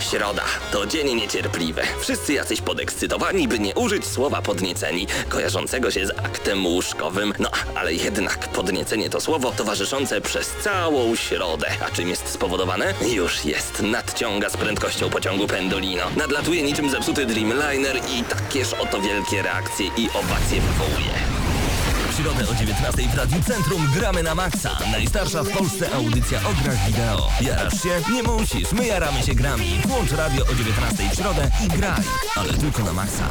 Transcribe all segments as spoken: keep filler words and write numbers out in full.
Środa to dzień niecierpliwy. Wszyscy jacyś podekscytowani, by nie użyć słowa podnieceni, kojarzącego się z aktem łóżkowym. No, ale jednak podniecenie to słowo towarzyszące przez całą środę. A czym jest spowodowane? Już jest. Nadciąga z prędkością pociągu Pendolino. Nadlatuje niczym zepsuty Dreamliner i takież oto wielkie reakcje i owacje wywołuje. W środę o dziewiętnastej w Radiu Centrum gramy na maksa. Najstarsza w Polsce audycja o grach wideo. Jarasz się? Nie musisz. My jaramy się grami. Włącz radio o dziewiętnastej w środę i graj. Ale tylko na maksa.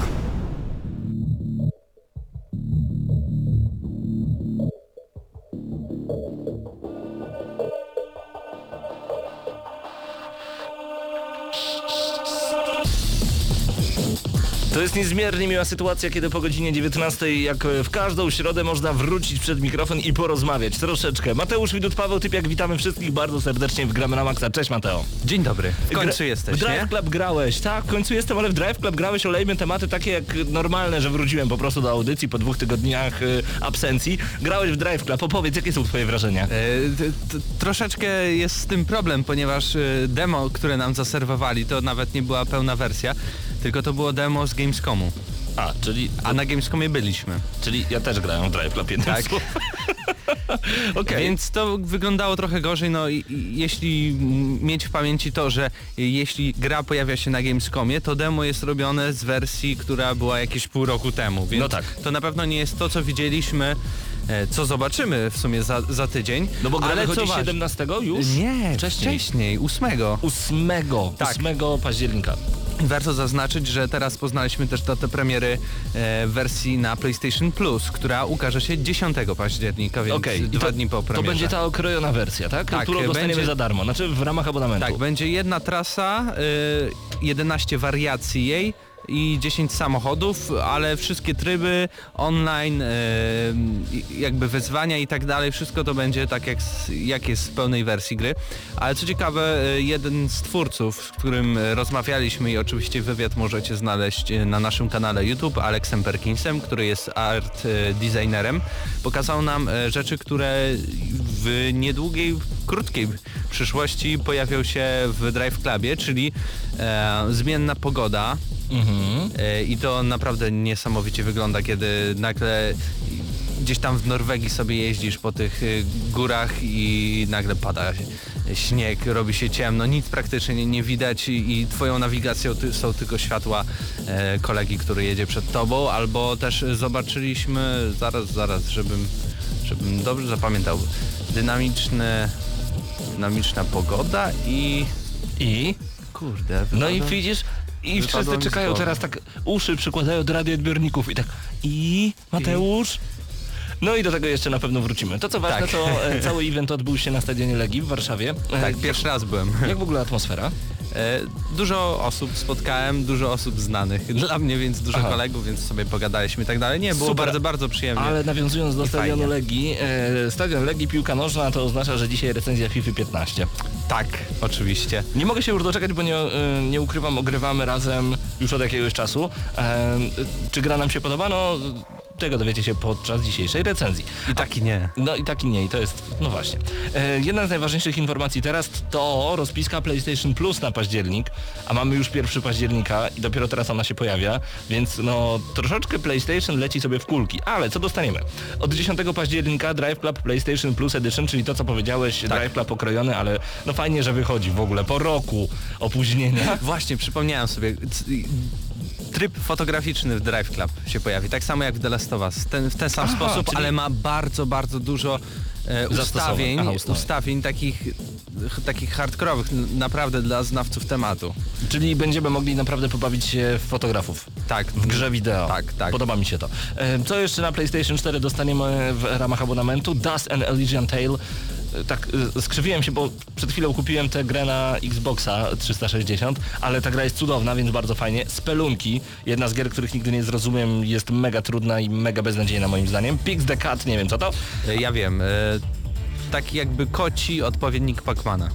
To jest niezmiernie miła sytuacja, kiedy po godzinie dziewiętnastej, jak w każdą środę, można wrócić przed mikrofon i porozmawiać troszeczkę. Mateusz Widut, Paweł Typiak, witamy wszystkich bardzo serdecznie w Gramy na Maxa. Cześć, Mateo. Dzień dobry. W końcu Gra- jesteś, W Drive nie? Club grałeś. Tak, w końcu jestem, ale w Drive Club grałeś, olejmy tematy takie jak normalne, że wróciłem po prostu do audycji po dwóch tygodniach y, absencji. Grałeś w Drive Club. Opowiedz, jakie są twoje wrażenia? E, t, t, troszeczkę jest z tym problem, ponieważ e, demo, które nam zaserwowali, to nawet nie była pełna wersja, tylko to było demo z Gamescomu. A, czyli... A na Gamescomie byliśmy. Czyli ja też grałem w Drive Club jednym Tak. słowem. Okej. Więc to wyglądało trochę gorzej, no i, i jeśli mieć w pamięci to, że jeśli gra pojawia się na Gamescomie, to demo jest robione z wersji, która była jakieś pół roku temu, więc No tak. to na pewno nie jest to, co widzieliśmy, e, co zobaczymy w sumie za, za tydzień. No bo gra ale wychodzi co ważne- siedemnastego już? Nie, Wcześniej. wcześniej, ósmego. ósmego. Tak. ósmego października. Warto zaznaczyć, że teraz poznaliśmy też datę premiery e, wersji na PlayStation Plus, która ukaże się dziesiątego października, więc Okej, i dwa to- dni po To premierze. będzie ta okrojona wersja, tak? Tak, Którą dostaniemy będzie- za darmo, znaczy w ramach abonamentu. Tak, będzie jedna trasa, y, jedenaście wariacji jej i dziesięć samochodów, ale wszystkie tryby online, y, jakby wyzwania i tak dalej, wszystko to będzie tak jak, s- jak jest w pełnej wersji gry. Ale co ciekawe, y, jeden z twórców, z którym rozmawialiśmy i oczywiście wywiad możecie znaleźć y, na naszym kanale YouTube, Alexem Perkinsem, który jest art y, designerem, pokazał nam y, rzeczy, które w niedługiej, krótkiej przyszłości pojawią się w Drive Clubie, czyli e, zmienna pogoda. Mhm. E, I to naprawdę niesamowicie wygląda, kiedy nagle gdzieś tam w Norwegii sobie jeździsz po tych y, górach i nagle pada śnieg, robi się ciemno, nic praktycznie nie, nie widać i, i twoją nawigacją ty, są tylko światła e, kolegi, który jedzie przed tobą, albo też zobaczyliśmy, zaraz, zaraz, żebym, żebym dobrze zapamiętał, dynamiczne, dynamiczna pogoda i... I? Kurde, No i wypadło- widzisz, i Wypadło wszyscy mi czekają słowo. teraz tak, uszy przykładają do radioodbiorników i tak i Mateusz? No i do tego jeszcze na pewno wrócimy. To co ważne, Tak. to e, cały event odbył się na stadionie Legii w Warszawie. E, Tak, pierwszy raz byłem. Jak w ogóle atmosfera? E, Dużo osób spotkałem, dużo osób znanych dla mnie, więc dużo Aha. kolegów, więc sobie pogadaliśmy i tak dalej. Nie, było Super. bardzo, bardzo przyjemnie. Ale nawiązując do I stadionu fajnie. Legii, e, stadion Legii, piłka nożna, to oznacza, że dzisiaj recenzja FIFA piętnaście. Tak, oczywiście. Nie mogę się już doczekać, bo nie, e, nie ukrywam, ogrywamy razem już od jakiegoś czasu. E, czy gra nam się podoba? No, tego dowiecie się podczas dzisiejszej recenzji. I tak i nie. No i tak i nie, i to jest, no właśnie. E, jedna z najważniejszych informacji teraz to rozpiska PlayStation Plus na październik, a mamy już pierwszego października i dopiero teraz ona się pojawia, więc no troszeczkę PlayStation leci sobie w kulki, ale co dostaniemy? Od dziesiątego października Drive Club PlayStation Plus Edition, czyli to co powiedziałeś, Tak. Drive Club okrojony, ale no fajnie, że wychodzi w ogóle po roku opóźnienia. Właśnie, przypomniałem sobie. c- Tryb fotograficzny w Drive Club się pojawi, tak samo jak w The Last of Us, ten, w ten sam Aha, sposób, czyli- ale ma bardzo, bardzo dużo e, ustawień, Aha, ustawień. ustawień takich, ch- takich hardkorowych, n- naprawdę dla znawców tematu. Czyli będziemy mogli naprawdę pobawić się w fotografów. Tak, W grze wideo. Tak, tak. Podoba mi się to. E, Co jeszcze na PlayStation cztery dostaniemy w ramach abonamentu? Dust and Elysian Tale. E, Tak, e, skrzywiłem się, bo przed chwilą kupiłem tę grę na Xboxa trzysta sześćdziesiąt, ale ta gra jest cudowna, więc bardzo fajnie. Spelunki, jedna z gier, których nigdy nie zrozumiem, jest mega trudna i mega beznadziejna moim zdaniem. Pix the Cat, nie wiem co to. E, Ja wiem, e, taki jakby koci odpowiednik Pacmana.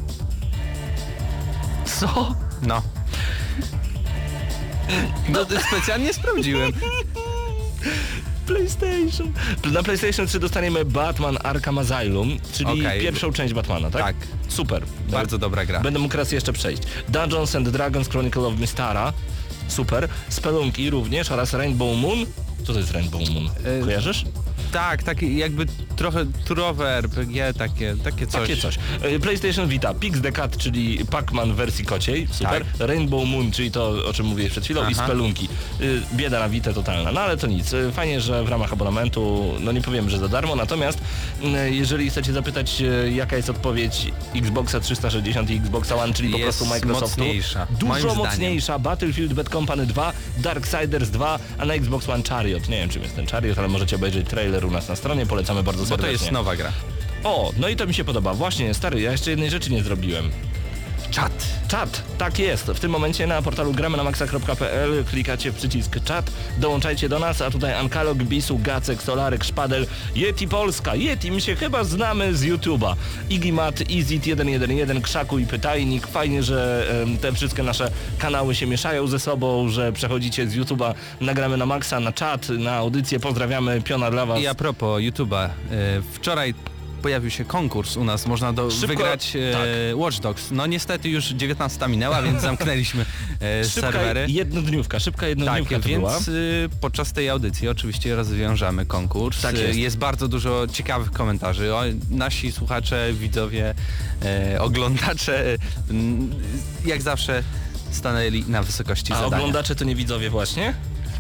Co? No. No, specjalnie sprawdziłem. PlayStation. Na PlayStation trzy dostaniemy Batman Arkham Asylum, czyli Okej. pierwszą część Batmana, tak? Tak. Super. Bardzo dobra gra. Będę mógł raz jeszcze przejść. Dungeons and Dragons Chronicle of Mystara. Super. Spelunki również oraz Rainbow Moon. Co to jest Rainbow Moon? E, Kojarzysz? Tak, taki jakby trochę turowe R P G, takie, takie coś. Takie coś. E, PlayStation Vita, Pix the Cat, czyli Pac-Man w wersji kociej, super. Tak. Rainbow Moon, czyli to, o czym mówiłeś przed chwilą, i Aha. Spelunki. E, Bieda na Vitę totalna, no ale to nic. E, Fajnie, że w ramach abonamentu, no nie powiem, że za darmo, natomiast e, jeżeli chcecie zapytać, e, jaka jest odpowiedź Xboxa trzysta sześćdziesiąt i Xboxa One, czyli po Jest prostu Microsoftu, mocniejsza, moim dużo zdaniem. mocniejsza, Battlefield Bad Company dwa, Darksiders dwa, a na Xbox One Chariot. Nie wiem, czym jest ten Chariot, ale możecie obejrzeć trailer u nas na stronie, polecamy bardzo Bo serdecznie. to jest nowa gra. O, no i to mi się podoba. Właśnie, stary, ja jeszcze jednej rzeczy nie zrobiłem. Czat. Czat, tak jest. W tym momencie na portalu gramy na maxa kropka p l klikacie w przycisk czat, dołączajcie do nas, a tutaj Ankalog, Bisu, Gacek, Solarek, Szpadel, Yeti Polska. Yeti, my się chyba znamy z YouTube'a. Igimat, Easy jeden jeden jeden, Krzaku i Pytajnik. Fajnie, że em, te wszystkie nasze kanały się mieszają ze sobą, że przechodzicie z YouTube'a na gramy na Maxa, na czat, na audycję. Pozdrawiamy, piona dla was. I a propos YouTube'a, e, wczoraj pojawił się konkurs u nas, można do, Szybko- wygrać e, tak. Watch Dogs. No niestety już dziewiętnasta minęła, więc zamknęliśmy e, Szybka serwery. jednodniówka, szybka jednodniówka Tak, to była. więc y, podczas tej audycji oczywiście rozwiążemy konkurs. Tak Y, jest. jest bardzo dużo ciekawych komentarzy. O, nasi słuchacze, widzowie, e, oglądacze, mm, jak zawsze stanęli na wysokości A zadania. oglądacze to nie widzowie właśnie?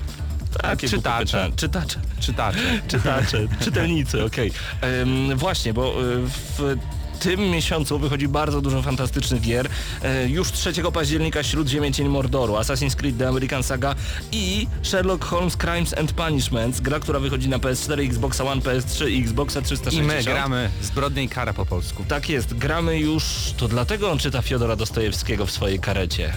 Takie Czytacze. głupie pytania. Czytacze. Czytacze. Czytacze. Czytelnicy, okej. Em, Właśnie, bo y, w tym miesiącu wychodzi bardzo dużo fantastycznych gier. E, Już trzeciego października Śródziemie Cień Mordoru, Assassin's Creed The American Saga i Sherlock Holmes Crimes and Punishments, gra, która wychodzi na P S cztery, Xboxa One, P S trzy i Xboxa trzysta I sześćdziesiąt. my gramy Zbrodnia i kara po polsku. Tak jest, gramy już, to dlatego on czyta Fiodora Dostojewskiego w swojej karecie.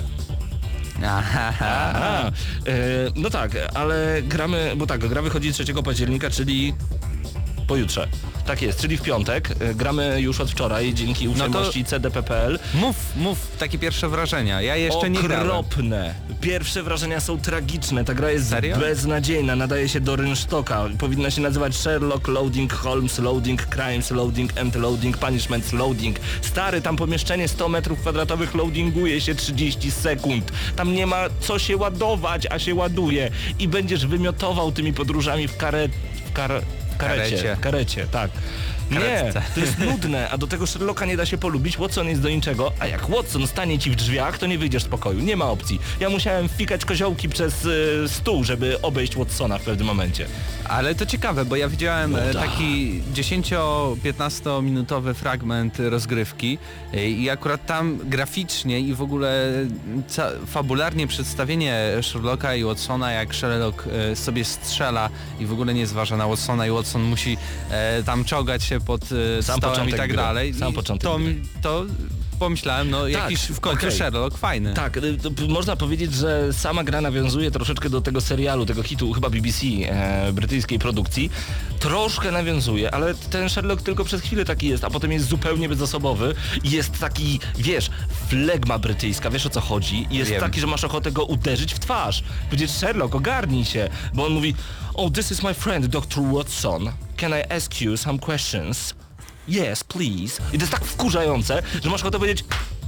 Aha. Aha. E, no tak, ale gramy, bo tak, gra wychodzi trzeciego października, czyli pojutrze. Tak jest, czyli w piątek. E, gramy już od wczoraj dzięki uprzejmości C D P kropka P L. Mów, mów takie pierwsze wrażenia. Ja jeszcze nie grałem. Okropne. Pierwsze wrażenia są tragiczne. Ta gra jest Serio? beznadziejna, nadaje się do rynsztoka. Powinna się nazywać Sherlock Loading, Holmes Loading, Crimes Loading, End Loading, Punishments Loading. Stary, tam pomieszczenie sto metrów kwadratowych loadinguje się trzydzieści sekund. Tam nie ma co się ładować, a się ładuje. I będziesz wymiotował tymi podróżami w kare... w kar... w karecie. Karecie. W karecie, tak. Nie, Karetce. to jest nudne, a do tego Sherlocka nie da się polubić, Watson jest do niczego, a jak Watson stanie ci w drzwiach, to nie wyjdziesz z pokoju, nie ma opcji. Ja musiałem fikać koziołki przez y, stół, żeby obejść Watsona w pewnym momencie. Ale to ciekawe, bo ja widziałem No e, tak. taki dziesięcio-piętnastominutowy fragment rozgrywki e, i akurat tam graficznie i w ogóle ca- fabularnie przedstawienie Sherlocka i Watsona, jak Sherlock e, sobie strzela i w ogóle nie zważa na Watsona i Watson musi e, tam czołgać się pod e, Sam stołem i początek tak gry. dalej. Sam I początek to, gry. to pomyślałem, no jakiś w końcu okej. Sherlock fajny. Tak, y, to p- można powiedzieć, że sama gra nawiązuje troszeczkę do tego serialu, tego hitu chyba B B C, e, brytyjskiej produkcji. Troszkę nawiązuje, ale ten Sherlock tylko przez chwilę taki jest, a potem jest zupełnie bezosobowy. Jest taki, wiesz, flegma brytyjska, wiesz o co chodzi? Jest Wiem. taki, że masz ochotę go uderzyć w twarz. Powiedzieć, Sherlock, ogarnij się, bo on mówi, oh, this is my friend, doktor Watson. Can I ask you some questions? Yes, please. I to jest tak wkurzające, że masz ochotę powiedzieć,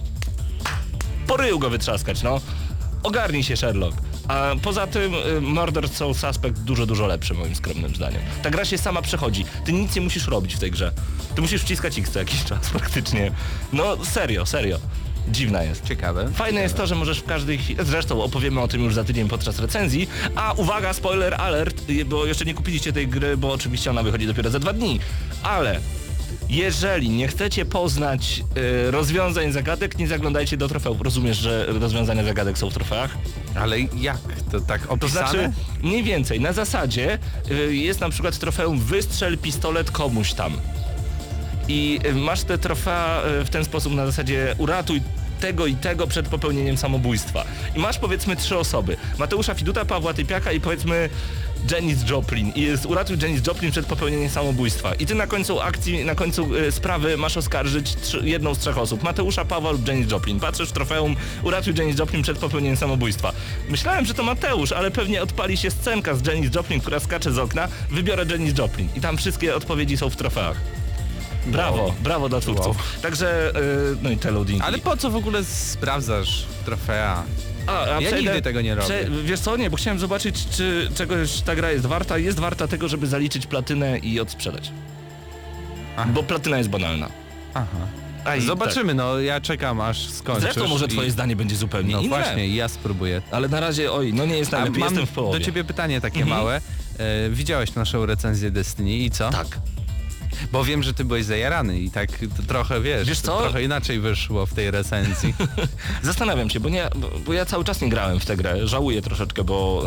po ryju go wytrzaskać, no. Ogarnij się, Sherlock. A poza tym y, Murder Soul Suspect dużo, dużo lepszy moim skromnym zdaniem. Ta gra się sama przechodzi. Ty nic nie musisz robić w tej grze. Ty musisz wciskać X co jakiś czas praktycznie. No serio, serio. Dziwna jest. Ciekawe. Fajne jest to, że możesz w każdej chwili, zresztą opowiemy o tym już za tydzień podczas recenzji, a uwaga, spoiler alert, bo jeszcze nie kupiliście tej gry, bo oczywiście ona wychodzi dopiero za dwa dni, ale jeżeli nie chcecie poznać y, rozwiązań zagadek, nie zaglądajcie do trofeów. Rozumiesz, że rozwiązania zagadek są w trofeach? Ale jak to tak To opisane? znaczy, mniej więcej, na zasadzie y, jest na przykład trofeum wystrzel pistolet komuś tam. I y, masz te trofea y, w ten sposób na zasadzie uratuj tego i tego przed popełnieniem samobójstwa. I masz powiedzmy trzy osoby. Mateusza Fiduta, Pawła Typiaka i powiedzmy Janis Joplin i jest uratuj Janis Joplin przed popełnieniem samobójstwa. I ty na końcu akcji, na końcu y, sprawy masz oskarżyć trzy, jedną z trzech osób. Mateusza, Pawła lub Janis Joplin. Patrzysz w trofeum, uratuj Janis Joplin przed popełnieniem samobójstwa. Myślałem, że to Mateusz, ale pewnie odpali się scenka z Janis Joplin, która skacze z okna. Wybiorę Janis Joplin. I tam wszystkie odpowiedzi są w trofeach. Brawo, wow. brawo dla twórców. Wow. Także, yy, no i te loadingi. Ale po co w ogóle sprawdzasz trofea? A, a ja przejdę, nigdy tego nie robię. Prze, wiesz co, nie, bo chciałem zobaczyć, czy czegoś ta gra jest warta. Jest warta tego, żeby zaliczyć platynę i odsprzedać. Aha. Bo platyna jest banalna. Aha. A Zobaczymy, tak. no ja czekam aż skończysz. Zresztą może twoje i... zdanie będzie zupełnie no inne. No właśnie, ja spróbuję. Ale na razie, oj, no nie jest najlepiej, mam jestem w połowie. do ciebie pytanie takie mhm. małe. E, widziałeś naszą recenzję Destiny i co? Tak. Bo wiem, że ty byłeś zajarany i tak trochę, wiesz, wiesz co? trochę inaczej wyszło w tej recenzji. Zastanawiam się, bo, nie, bo ja cały czas nie grałem w tę grę. Żałuję troszeczkę, bo...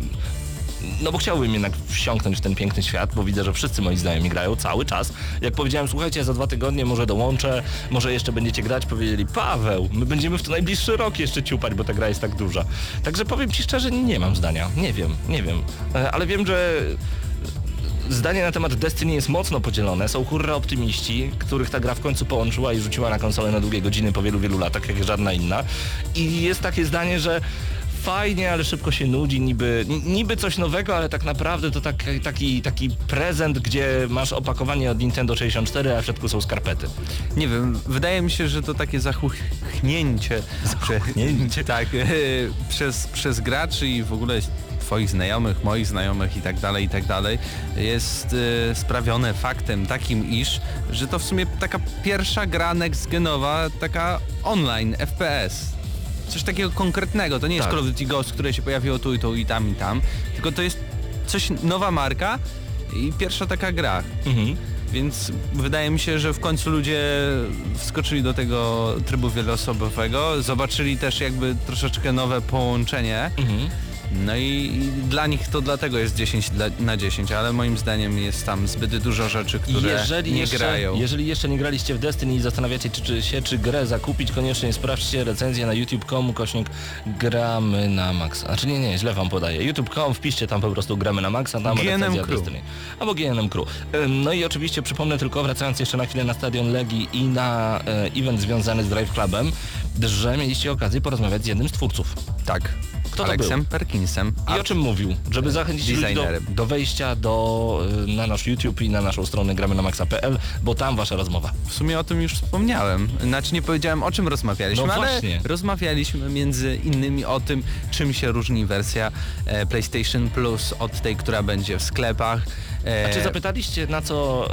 No bo chciałbym jednak wsiąknąć w ten piękny świat, bo widzę, że wszyscy moi znajomi grają cały czas. Jak powiedziałem, słuchajcie, za dwa tygodnie może dołączę, może jeszcze będziecie grać, powiedzieli, Paweł, my będziemy w to najbliższy rok jeszcze ciupać, bo ta gra jest tak duża. Także powiem ci szczerze, nie mam zdania. Nie wiem, nie wiem. Ale wiem, że zdanie na temat Destiny jest mocno podzielone. Są hurra optymiści, których ta gra w końcu połączyła i rzuciła na konsolę na długie godziny po wielu, wielu latach, jak żadna inna. I jest takie zdanie, że fajnie, ale szybko się nudzi, niby, niby coś nowego, ale tak naprawdę to taki, taki, taki prezent, gdzie masz opakowanie od Nintendo sześćdziesiąt cztery, a w środku są skarpety. Nie wiem, wydaje mi się, że to takie zachuchnięcie, zachuchnięcie. tak, przez, przez graczy i w ogóle twoich znajomych, moich znajomych i tak dalej, i tak dalej, jest y, sprawione faktem takim, iż, że to w sumie taka pierwsza gra next-genowa, taka online, F P S. Coś takiego konkretnego, to nie jest tak. Call of Duty Ghost, które się pojawiło tu i tu i tam i tam, tylko to jest coś, nowa marka i pierwsza taka gra. Mhm. Więc wydaje mi się, że w końcu ludzie wskoczyli do tego trybu wieloosobowego, zobaczyli też jakby troszeczkę nowe połączenie. Mhm. No i, i dla nich to dlatego jest dziesięć na dziesięć, ale moim zdaniem jest tam zbyt dużo rzeczy, które jeżeli nie jeszcze, grają. Jeżeli jeszcze nie graliście w Destiny i zastanawiacie czy, czy się, czy grę zakupić, koniecznie sprawdźcie recenzję na youtube kropka com kośnik gramy na maksa. Znaczy nie, nie, źle wam podaję. youtube kropka com, wpiszcie tam po prostu gramy na maksa, tam recenzja Destiny. Albo G N M Crew. No i oczywiście przypomnę tylko, wracając jeszcze na chwilę na Stadion Legii i na e, event związany z Drive Clubem, że mieliście okazję porozmawiać z jednym z twórców. Tak. Kto Aleksem Perkinsem. I o czym mówił? Żeby zachęcić ludzi do, do wejścia do, na nasz YouTube i na naszą stronę gramy na maxa kropka p l, bo tam wasza rozmowa. W sumie o tym już wspomniałem. Znaczy nie powiedziałem, o czym rozmawialiśmy, no ale właśnie. rozmawialiśmy między innymi o tym, czym się różni wersja e, PlayStation Plus od tej, która będzie w sklepach. E... A czy zapytaliście, na co,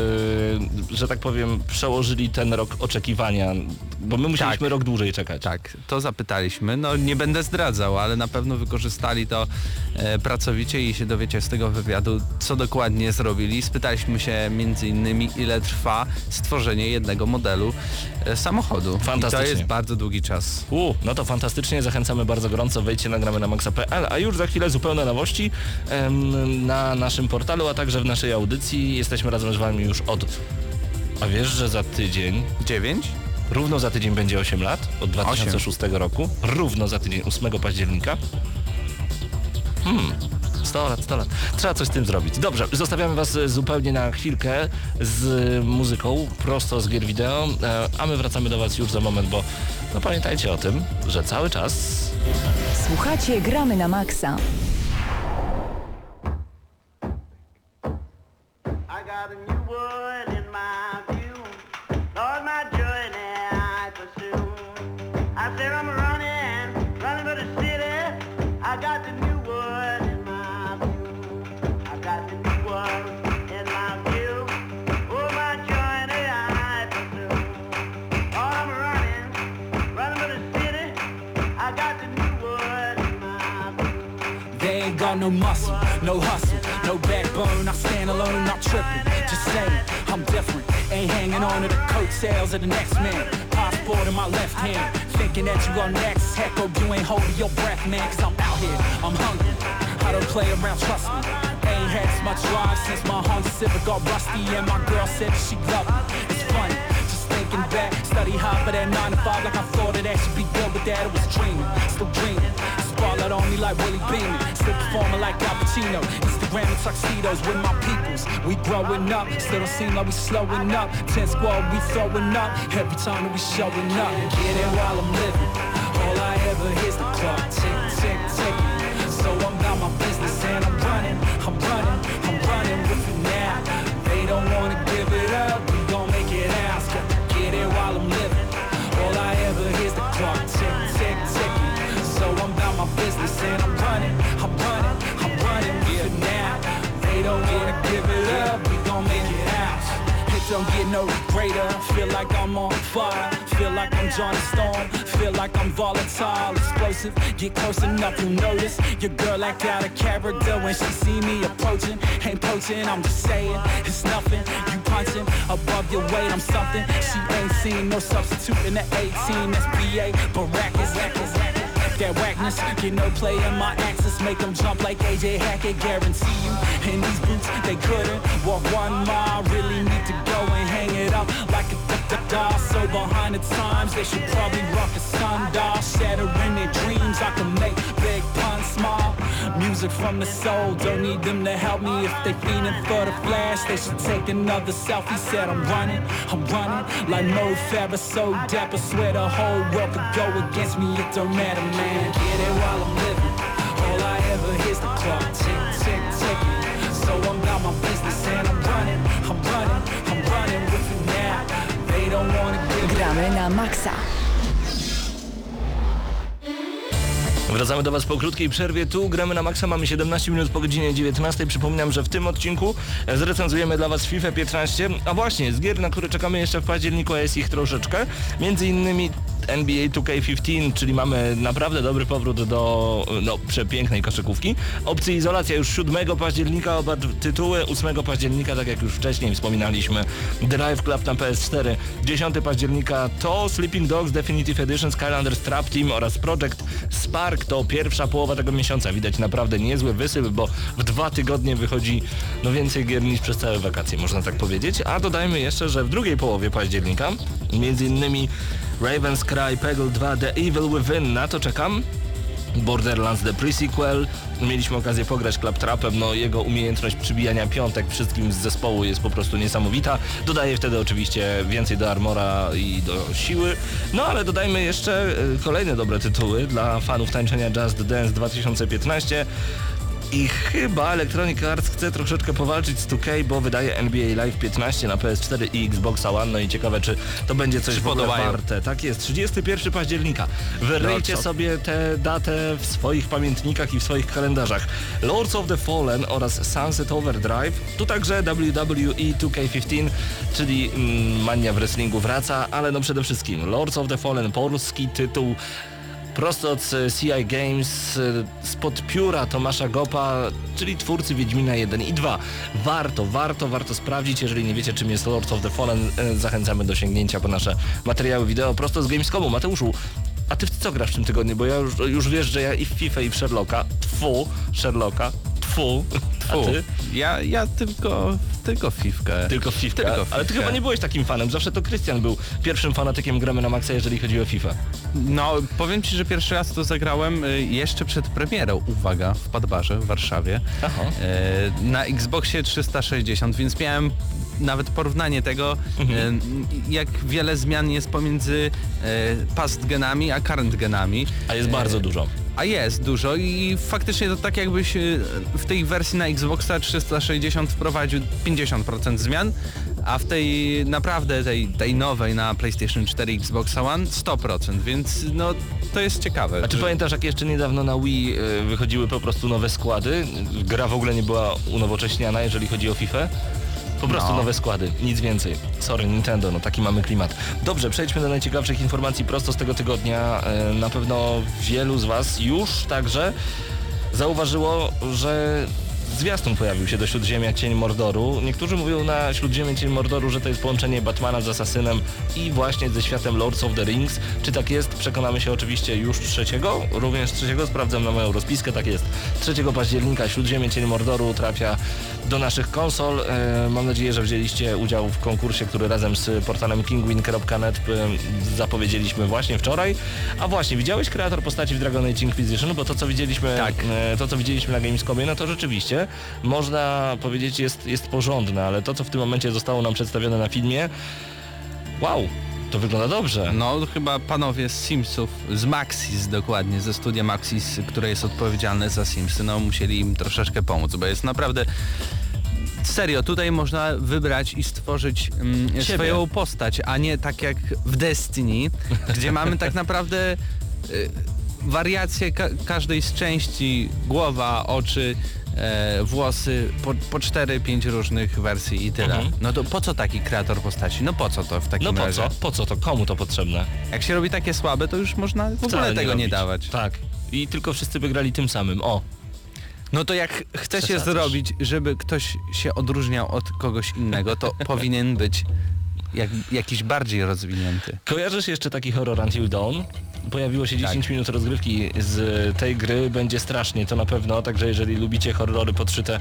e, że tak powiem, przełożyli ten rok oczekiwania? Bo my musieliśmy tak, rok dłużej czekać. Tak, to zapytaliśmy. No nie będę zdradzał, ale na pewno wykorzystali to e, pracowicie i się dowiecie z tego wywiadu, co dokładnie zrobili. Spytaliśmy się między innymi, ile trwa stworzenie jednego modelu e, samochodu. Fantastycznie. I to jest bardzo długi czas. U, no to fantastycznie, zachęcamy bardzo gorąco, wejdźcie na gramy na maxa kropka p l, a już za chwilę zupełne nowości em, na naszym portalu, a także w naszej audycji. Jesteśmy razem z wami już od... A wiesz, że za tydzień... dziewięć? Równo za tydzień będzie osiem lat, od dwa tysiące szóstego roku. Równo za tydzień, ósmego października. Hmm, sto lat, sto lat. Trzeba coś z tym zrobić. Dobrze, zostawiamy was zupełnie na chwilkę z muzyką, prosto z gier wideo, a my wracamy do was już za moment, bo no pamiętajcie o tym, że cały czas... Słuchacie, gramy na maksa. No muscle, no hustle, no backbone. I stand alone, not tripping. Just saying, I'm different. Ain't hanging on to the coattails of the next man. Passport in my left hand, thinking that you are next. Heck, hope you ain't holding your breath, man. Cause I'm out here, I'm hungry. I don't play around, trust me. Ain't had as much drive since my Honda Civic got rusty, and my girl said she loved it. It's funny. Thinking back, study hard for that nine to five like I thought it that should be good, but that it was dreaming, still dreaming. Spotlight blood on me like Willie Beeman. Still performing like Al Pacino. Instagram and tuxedos with my peoples. We growing up, still don't seem like we slowing up. Ten squad, we throwing up every time that we showing up. Get it while I'm living. All I ever hear's the clock tick, tick, tick. So I'm about my business and I'm running, I'm running, I'm running with it now. They don't wanna give it up, we gon' make it out. Get it while I'm living. All I ever hear's the clock tick, tick, tick. So I'm about my business and I'm running, I'm running, I'm running with it now. They don't wanna give it up, we gon' make it out. It don't get no greater, feel like I'm on fire. Feel like I'm Johnny Storm, feel like I'm volatile, explosive. Get close enough, you'll notice. Your girl act out of character when she see me approaching. Ain't poaching, I'm just saying, it's nothing. You punching above your weight, I'm something. She ain't seen no substitute in the eighteen, that's B A, Baracus. That whackness, get no play in my axis. Make them jump like A J Hackett, guarantee you. In these boots, they couldn't walk one mile. Really need to go and hang it up like a doll. So behind the times, they should probably rock a sundial. Shattering their dreams, I can make big puns small. Music from the soul, don't need them to help me. If they feeling for the flash, they should take another selfie. Said I'm running, I'm running like Mo Farah, so dapper. Swear the whole world could go against me, it don't matter, man. Get it while I'm living. All I ever hear's the clock tick, tick, ticking. So I'm about my business and I'm running, I'm running, I'm running with it now. They don't wanna give it. Gramy na maksa. Wracamy do Was po krótkiej przerwie. Tu gramy na maksa, mamy siedemnaście minut po godzinie dziewiętnastej. Przypominam, że w tym odcinku zrecenzujemy dla Was FIFA piętnaście. A właśnie, z gier, na które czekamy jeszcze w październiku, a jest ich troszeczkę. Między innymi N B A two K piętnaście, czyli mamy naprawdę dobry powrót do no, przepięknej koszykówki. Opcji izolacja już siódmego października, oba tytuły. ósmego października, tak jak już wcześniej wspominaliśmy, Drive Club na P S cztery. dziesiątego października to Sleeping Dogs Definitive Edition, Skylanders Trap Team oraz Project Spark. To pierwsza połowa tego miesiąca. Widać naprawdę niezły wysyp, bo w dwa tygodnie wychodzi no więcej gier niż przez całe wakacje, można tak powiedzieć. A dodajmy jeszcze, że w drugiej połowie października między innymi Raven's Cry, Peggle dwa, The Evil Within, na to czekam. Borderlands The Pre-Sequel, mieliśmy okazję pograć Claptrapem, no jego umiejętność przybijania piątek wszystkim z zespołu jest po prostu niesamowita. Dodaje wtedy oczywiście więcej do armora i do siły, no ale dodajmy jeszcze kolejne dobre tytuły dla fanów tańczenia Just Dance dwa tysiące piętnaście. I chyba Electronic Arts chce troszeczkę powalczyć z two K, bo wydaje N B A Live piętnaście na P S cztery i Xbox One, no i ciekawe, czy to będzie coś w ogóle warte. Tak jest, trzydziestego pierwszego października. Wyrejcie Lords sobie tę datę w swoich pamiętnikach i w swoich kalendarzach. Lords of the Fallen oraz Sunset Overdrive, tu także W W E two K piętnaście, czyli mm, mania w wrestlingu wraca, ale no przede wszystkim Lords of the Fallen, polski tytuł, prosto od C I Games, spod pióra Tomasza Gopa, czyli twórcy Wiedźmina jeden i dwa. Warto, warto, warto sprawdzić. Jeżeli nie wiecie, czym jest Lords of the Fallen, zachęcamy do sięgnięcia po nasze materiały wideo prosto z Gamescomu. Mateuszu, a ty w co grasz w tym tygodniu? Bo ja już, już wiesz, że ja i w FIFA, i w Sherlocka, tfu, Sherlocka, tfu, a ty? Ja, ja tylko, tylko fifkę. Tylko w FIFA. Tylko Ale ty fifkę. chyba nie byłeś takim fanem. Zawsze to Krystian był pierwszym fanatykiem gramy na maksa, jeżeli chodzi o FIFA. No, powiem Ci, że pierwszy raz to zagrałem y, jeszcze przed premierą, uwaga, w Padbarze w Warszawie, Aha. y, na Xboxie trzysta sześćdziesiąt, więc miałem nawet porównanie tego, mhm. y, jak wiele zmian jest pomiędzy y, past genami a current genami. A jest Y, bardzo dużo. A jest dużo i faktycznie to tak jakbyś y, w tej wersji na Xboxa trzysta sześćdziesiąt wprowadził pięćdziesiąt procent zmian, a w tej naprawdę tej, tej nowej na PlayStation cztery, Xbox One sto procent, więc no to jest ciekawe. A czy że... pamiętasz, jak jeszcze niedawno na Wii y, wychodziły po prostu nowe składy? Gra w ogóle nie była unowocześniana, jeżeli chodzi o FIFA? Po prostu No. nowe składy, nic więcej. Sorry Nintendo, no taki mamy klimat. Dobrze, przejdźmy do najciekawszych informacji prosto z tego tygodnia. Y, na pewno wielu z Was już także zauważyło, że zwiastun pojawił się do Śródziemia Cień Mordoru. Niektórzy mówią na Śródziemie Cień Mordoru, że to jest połączenie Batmana z Asasynem i właśnie ze światem Lords of the Rings. Czy tak jest? Przekonamy się oczywiście już trzeciego. Również trzeciego. Sprawdzam na moją rozpiskę. Tak jest. trzeciego października Śródziemie Cień Mordoru trafia do naszych konsol. E, mam nadzieję, że wzięliście udział w konkursie, który razem z portalem kingwin kropka net e, zapowiedzieliśmy właśnie wczoraj. A właśnie, widziałeś kreator postaci w Dragon Age Inquisition? Bo to, co widzieliśmy, Tak. e, to, co widzieliśmy na Gamescomie, no to rzeczywiście można powiedzieć jest, jest porządne, ale to, co w tym momencie zostało nam przedstawione na filmie, wow, to wygląda dobrze. No chyba panowie z Simsów, z Maxis dokładnie, ze studia Maxis, które jest odpowiedzialne za Simsy, no musieli im troszeczkę pomóc, bo jest naprawdę... Serio, tutaj można wybrać i stworzyć mm, swoją postać, a nie tak jak w Destiny, gdzie mamy tak naprawdę y, wariacje ka- każdej z części, głowa, oczy, e, włosy, po, po cztery pięć różnych wersji i tyle. Mhm. No to po co taki kreator postaci? No po co to w takim No po razie? co? Po co to? Komu to potrzebne? Jak się robi takie słabe, to już można w ogóle Wcale tego nie, robić. dawać. Tak. I tylko wszyscy by grali tym samym. O, No to jak chce się Przesadzasz. zrobić, żeby ktoś się odróżniał od kogoś innego, to powinien być jak, jakiś bardziej rozwinięty. kojarzysz jeszcze taki horror Until Dawn? Pojawiło się dziesięć minut rozgrywki z tej gry, będzie strasznie, to na pewno, także jeżeli lubicie horrory podszyte.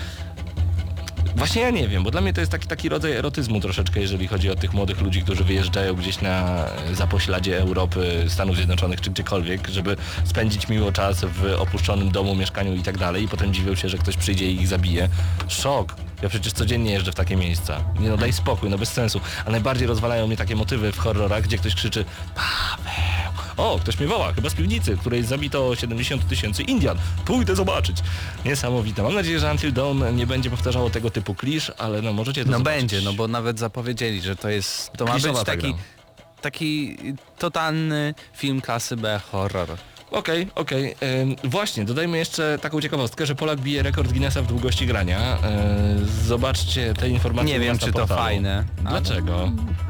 Właśnie ja nie wiem, bo dla mnie to jest taki, taki rodzaj erotyzmu troszeczkę, jeżeli chodzi o tych młodych ludzi, którzy wyjeżdżają gdzieś na zapośladzie Europy, Stanów Zjednoczonych czy gdziekolwiek, żeby spędzić miło czas w opuszczonym domu, mieszkaniu i tak dalej i potem dziwią się, że ktoś przyjdzie i ich zabije. Szok! Ja przecież codziennie jeżdżę w takie miejsca. Nie no, daj spokój, no bez sensu. A najbardziej rozwalają mnie takie motywy w horrorach, gdzie ktoś krzyczy Paweł! O, ktoś mnie woła, chyba z piwnicy, w której zabito siedemdziesiąt tysięcy Indian. Pójdę zobaczyć. Niesamowite. Mam nadzieję, że Until Dawn nie będzie powtarzało tego typu klisz, ale no możecie to No zobaczyć. będzie, no bo nawet zapowiedzieli, że to jest, to ma Kliszowa być ta taki, gra. taki totalny film klasy B horror. Okej, okej. Ym, Właśnie, dodajmy jeszcze taką ciekawostkę, że Polak bije rekord Guinnessa w długości grania. Yy, zobaczcie te informacje. Nie u wiem, nas na czy to portalu. fajne, ale- Dlaczego?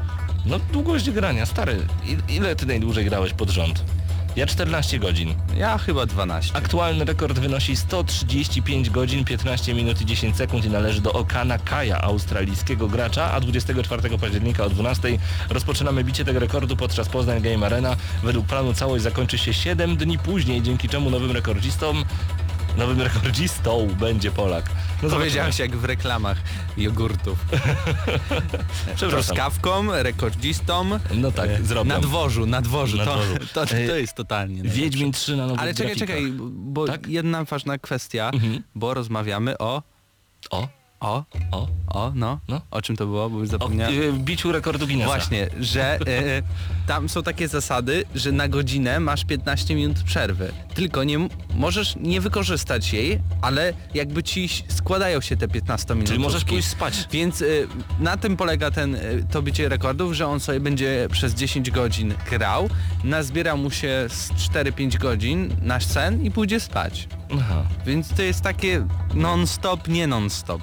No długość grania, stary. I, ile ty najdłużej grałeś pod rząd? Ja czternaście godzin. Ja chyba dwanaście. Aktualny rekord wynosi sto trzydzieści pięć godzin, piętnaście minut i dziesięć sekund i należy do Okana Kaja, australijskiego gracza, a dwudziestego czwartego października o dwunastej rozpoczynamy bicie tego rekordu podczas Poznań Game Arena. Według planu całość zakończy się siedem dni później, dzięki czemu nowym rekordzistom Nowym rekordzistą będzie Polak. No Powiedziałem się jak w reklamach jogurtów. Przepraszam. Truskawką, rekordzistą, No tak, e, zrobią. na dworzu, na dworzu. Na to, dworzu. To, to, jest totalnie najlepsze. Wiedźmin trzy na nowych Ale czekaj, grafikach. czekaj, bo Tak? jedna ważna kwestia, Mhm. bo rozmawiamy o... O, O, o, o, no, No. o czym to było, bo już o zapomniałem. y, biciu rekordu Guinnessa. Właśnie, że e, tam są takie zasady, że na godzinę masz piętnaście minut przerwy. Tylko nie m- możesz nie wykorzystać jej, ale jakby ci składają się te piętnaście minut. Czyli możesz pójść spać. Więc e, na tym polega ten, e, to bicie rekordów, że on sobie będzie przez dziesięć godzin grał, nazbiera mu się z cztery pięć godzin na sen i pójdzie spać. Aha. Więc to jest takie non-stop, nie non-stop.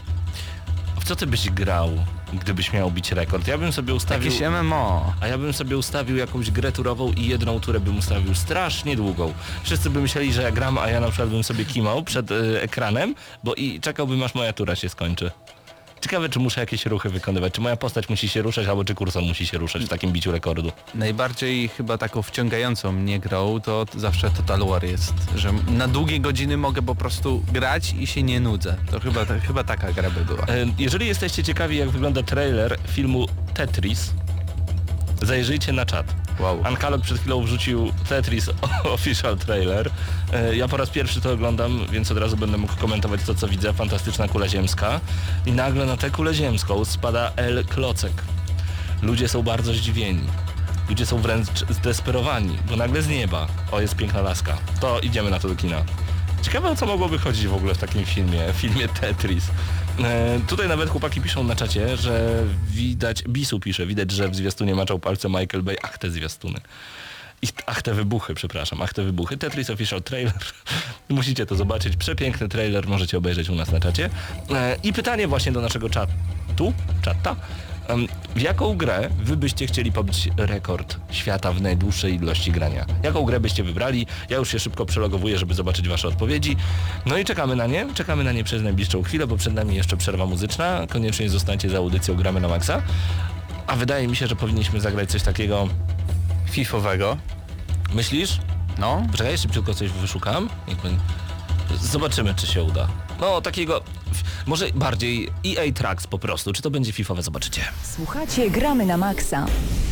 W co ty byś grał, gdybyś miał bić rekord? Ja bym sobie ustawił... Jakieś M M O. A ja bym sobie ustawił jakąś grę turową i jedną turę bym ustawił strasznie długą. Wszyscy by myśleli, że ja gram, a ja na przykład bym sobie kimał przed y, ekranem, bo i czekałbym, aż moja tura się skończy. Ciekawe, czy muszę jakieś ruchy wykonywać, czy moja postać musi się ruszać, albo czy kursor musi się ruszać w takim biciu rekordu. Najbardziej chyba taką wciągającą mnie grą to zawsze Total War jest, że na długie godziny mogę po prostu grać i się nie nudzę. To chyba, to, chyba taka gra by była. E, Jeżeli jesteście ciekawi, jak wygląda trailer filmu Tetris, zajrzyjcie na czat. Wow. Ankalog przed chwilą wrzucił Tetris official trailer. E, Ja po raz pierwszy to oglądam, więc od razu będę mógł komentować to, co widzę. Fantastyczna kula ziemska. I nagle na tę kulę ziemską spada El Klocek. Ludzie są bardzo zdziwieni. Ludzie są wręcz zdesperowani, bo nagle z nieba, o, jest piękna laska. To idziemy na to do kina. Ciekawe, o co mogłoby chodzić w ogóle w takim filmie, filmie Tetris. E, tutaj nawet chłopaki piszą na czacie, że widać, Bisu pisze, widać, że w zwiastunie maczał palce Michael Bay. Ach, te zwiastuny. I, ach, te wybuchy, przepraszam, ach, te wybuchy. Tetris Official Trailer. Musicie to zobaczyć. Przepiękny trailer, możecie obejrzeć u nas na czacie. E, I pytanie właśnie do naszego czatu. Czata. Um, w jaką grę wy byście chcieli pobić rekord świata w najdłuższej ilości grania? Jaką grę byście wybrali? Ja już się szybko przelogowuję, żeby zobaczyć wasze odpowiedzi. No i czekamy na nie. Czekamy na nie przez najbliższą chwilę, bo przed nami jeszcze przerwa muzyczna. Koniecznie zostańcie za audycją Gramy na Maxa. A wydaje mi się, że powinniśmy zagrać coś takiego... Fifowego. Myślisz? No. Poczekaj, jeszcze tylko coś wyszukam. Zobaczymy, czy się uda. No, takiego... Może bardziej E A Tracks po prostu. Czy to będzie fifowe? Zobaczycie. Słuchacie Gramy na Maxa.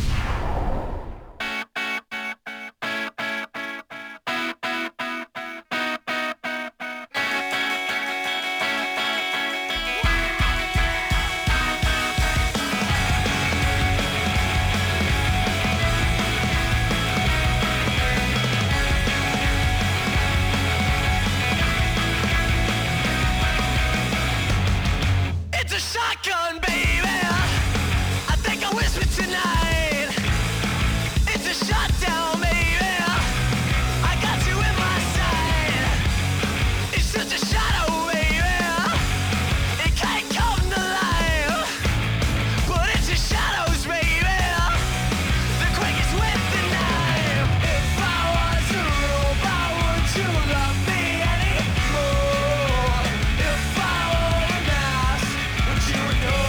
Shotgun, baby. I think I whispered tonight. It's a shutdown, baby. I got you in my sight. It's just a shadow, baby. It can't come to life, but it's your shadows, baby. The quickest with the knife. If I was a robot, would you love me anymore? If I were a mouse, would you know?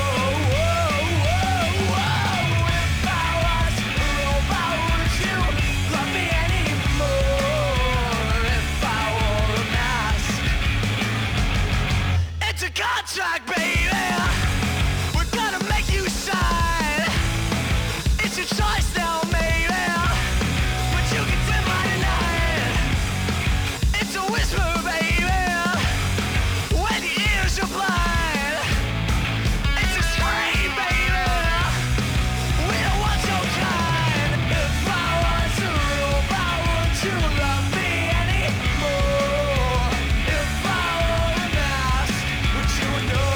If I was a robot, would you love me anymore? If I wore a mask. It's a contract, baby. We're gonna make you sign. It's your choice now, maybe, but you can dim my night. It's a whisper, baby, when your ears are blind. It's a scream, baby. We don't want your kind. If I was a robot, would you love me anymore? If I wore a mask, would you know?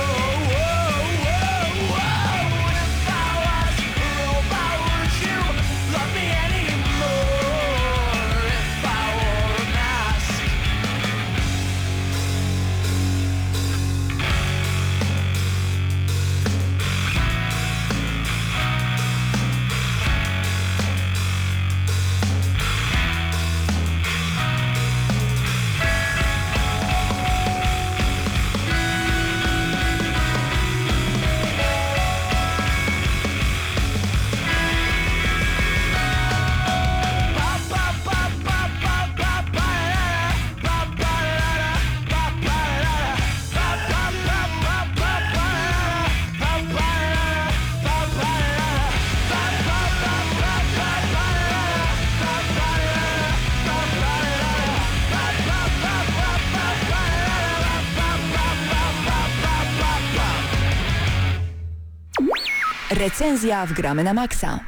If I was a robot, would you love me anymore? If I wore a mask. Recenzja w Gramy na Maxa.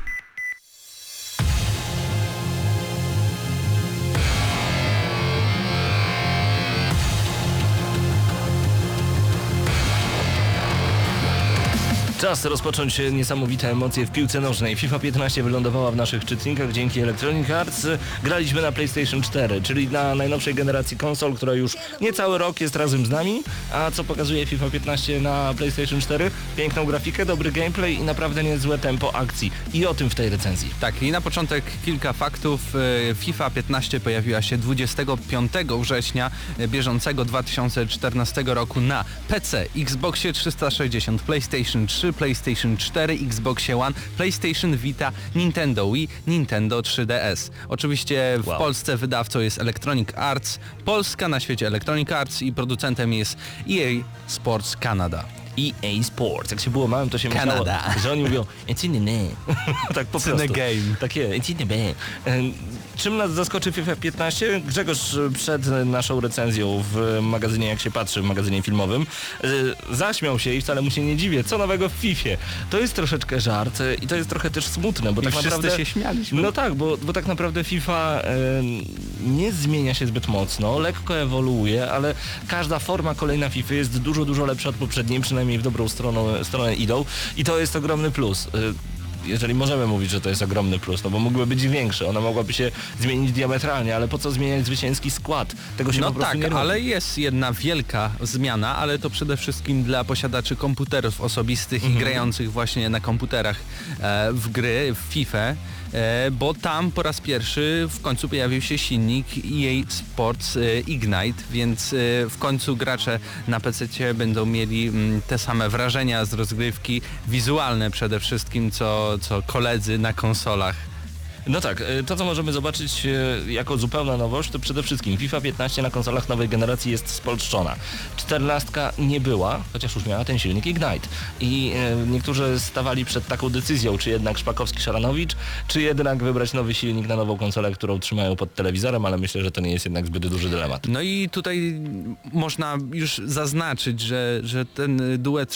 Czas rozpocząć niesamowite emocje w piłce nożnej. FIFA piętnaście wylądowała w naszych czytnikach dzięki Electronic Arts. Graliśmy na PlayStation cztery, czyli na najnowszej generacji konsol, która już niecały rok jest razem z nami. A co pokazuje FIFA piętnaście na PlayStation cztery? Piękną grafikę, dobry gameplay i naprawdę niezłe tempo akcji. I o tym w tej recenzji. Tak, i na początek kilka faktów. FIFA piętnaście pojawiła się dwudziestego piątego września bieżącego dwa tysiące czternastego roku na P C, Xboxie trzysta sześćdziesiąt, PlayStation trzy, PlayStation cztery, Xboxie One, PlayStation Vita, Nintendo Wii, Nintendo trzy D S. Oczywiście w Wow. Polsce wydawcą jest Electronic Arts, Polska na świecie Electronic Arts i producentem jest E A Sports Canada. E A Sports. Jak się było małym, to się myślało, Canada. że oni mówią it's in the name. Tak po It's in prostu. the game. Takie, it's in the game. Em, Czym nas zaskoczy FIFA piętnaście? Grzegorz przed naszą recenzją w magazynie Jak się patrzy, w magazynie filmowym, e, zaśmiał się i wcale mu się nie dziwię. Co nowego w Fifie? To jest troszeczkę żart e, i to jest trochę też smutne, bo I tak wszyscy naprawdę... się śmialiśmy. No tak, bo, bo tak naprawdę FIFA e, nie zmienia się zbyt mocno, lekko ewoluuje, ale każda forma kolejna FIFA jest dużo, dużo lepsza od poprzedniej, przynajmniej w dobrą stronę, stronę idą i to jest ogromny plus. E, jeżeli możemy mówić, że to jest ogromny plus, no bo mógłby być większy, ona mogłaby się zmienić diametralnie, ale po co zmieniać zwycięski skład? Tego się No po prostu tak, nie robi. ale jest jedna wielka zmiana, ale to przede wszystkim dla posiadaczy komputerów osobistych Mhm. i grających właśnie na komputerach e, w gry, w FIFA, e, bo tam po raz pierwszy w końcu pojawił się silnik E A Sports e, Ignite, więc e, w końcu gracze na pececie będą mieli m, te same wrażenia z rozgrywki, wizualne przede wszystkim, co, co koledzy na konsolach. No tak, y, to co możemy zobaczyć y, jako zupełna nowość, to przede wszystkim FIFA piętnaście na konsolach nowej generacji jest spolszczona. czternastka nie była, chociaż już miała ten silnik Ignite. I y, niektórzy stawali przed taką decyzją, czy jednak Szpakowski-Szaranowicz, czy jednak wybrać nowy silnik na nową konsolę, którą trzymają pod telewizorem, ale myślę, że to nie jest jednak zbyt duży dylemat. No i tutaj można już zaznaczyć, że, że ten duet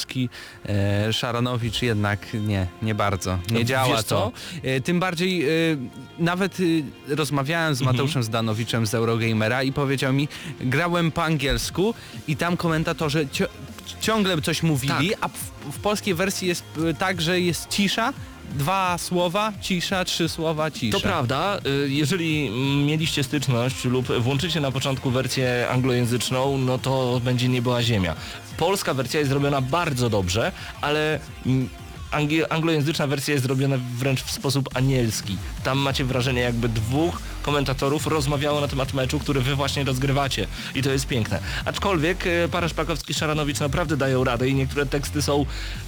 Szpakowski-Szaranowicz jednak nie, nie bardzo, nie No, działa wiesz co? to. E, Tym bardziej e, nawet e, rozmawiałem z Mateuszem Zdanowiczem z Eurogamera i powiedział mi, grałem po angielsku i tam komentatorzy cio- ciągle coś mówili, Tak. a w, w polskiej wersji jest e, tak, że jest cisza, dwa słowa, cisza, trzy słowa, cisza. To prawda, y, jeżeli mm, mieliście styczność lub włączycie na początku wersję anglojęzyczną, no to będzie nie była ziemia. Polska wersja jest zrobiona bardzo dobrze, ale mm, angi- anglojęzyczna wersja jest zrobiona wręcz w sposób anielski. Tam macie wrażenie, jakby dwóch komentatorów rozmawiało na temat meczu, który wy właśnie rozgrywacie. I to jest piękne. Aczkolwiek y, para Szpakowski-Szaranowicz naprawdę dają radę i niektóre teksty są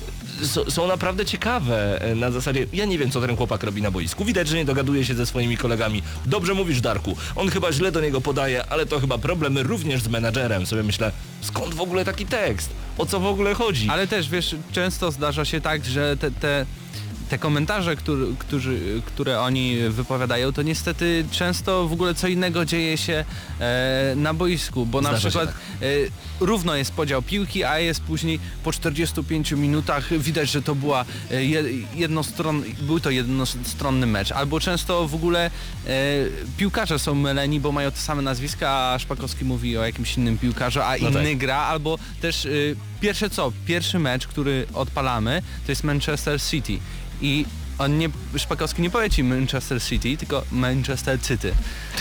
S- są naprawdę ciekawe e, na zasadzie, ja nie wiem co ten chłopak robi na boisku, widać, że nie dogaduje się ze swoimi kolegami. Dobrze mówisz, Darku, on chyba źle do niego podaje, ale to chyba problemy również z menadżerem. Sobie myślę, skąd w ogóle taki tekst? O co w ogóle chodzi? Ale też wiesz, często zdarza się tak, że te, te, te komentarze, który, którzy, które oni wypowiadają, to niestety często w ogóle co innego dzieje się e, na boisku, bo na Zdarza się przykład tak. e, równo jest podział piłki, a jest później po czterdziestu pięciu minutach widać, że to była e, je- jednostron, był to jednostronny mecz. Albo często w ogóle e, piłkarze są myleni, bo mają te same nazwiska, a Szpakowski mówi o jakimś innym piłkarzu, a No inny tak. gra, albo też y, pierwsze co, pierwszy mecz, który odpalamy, to jest Manchester City i on nie, Szpakowski nie powie ci Manchester City, tylko Manchester City.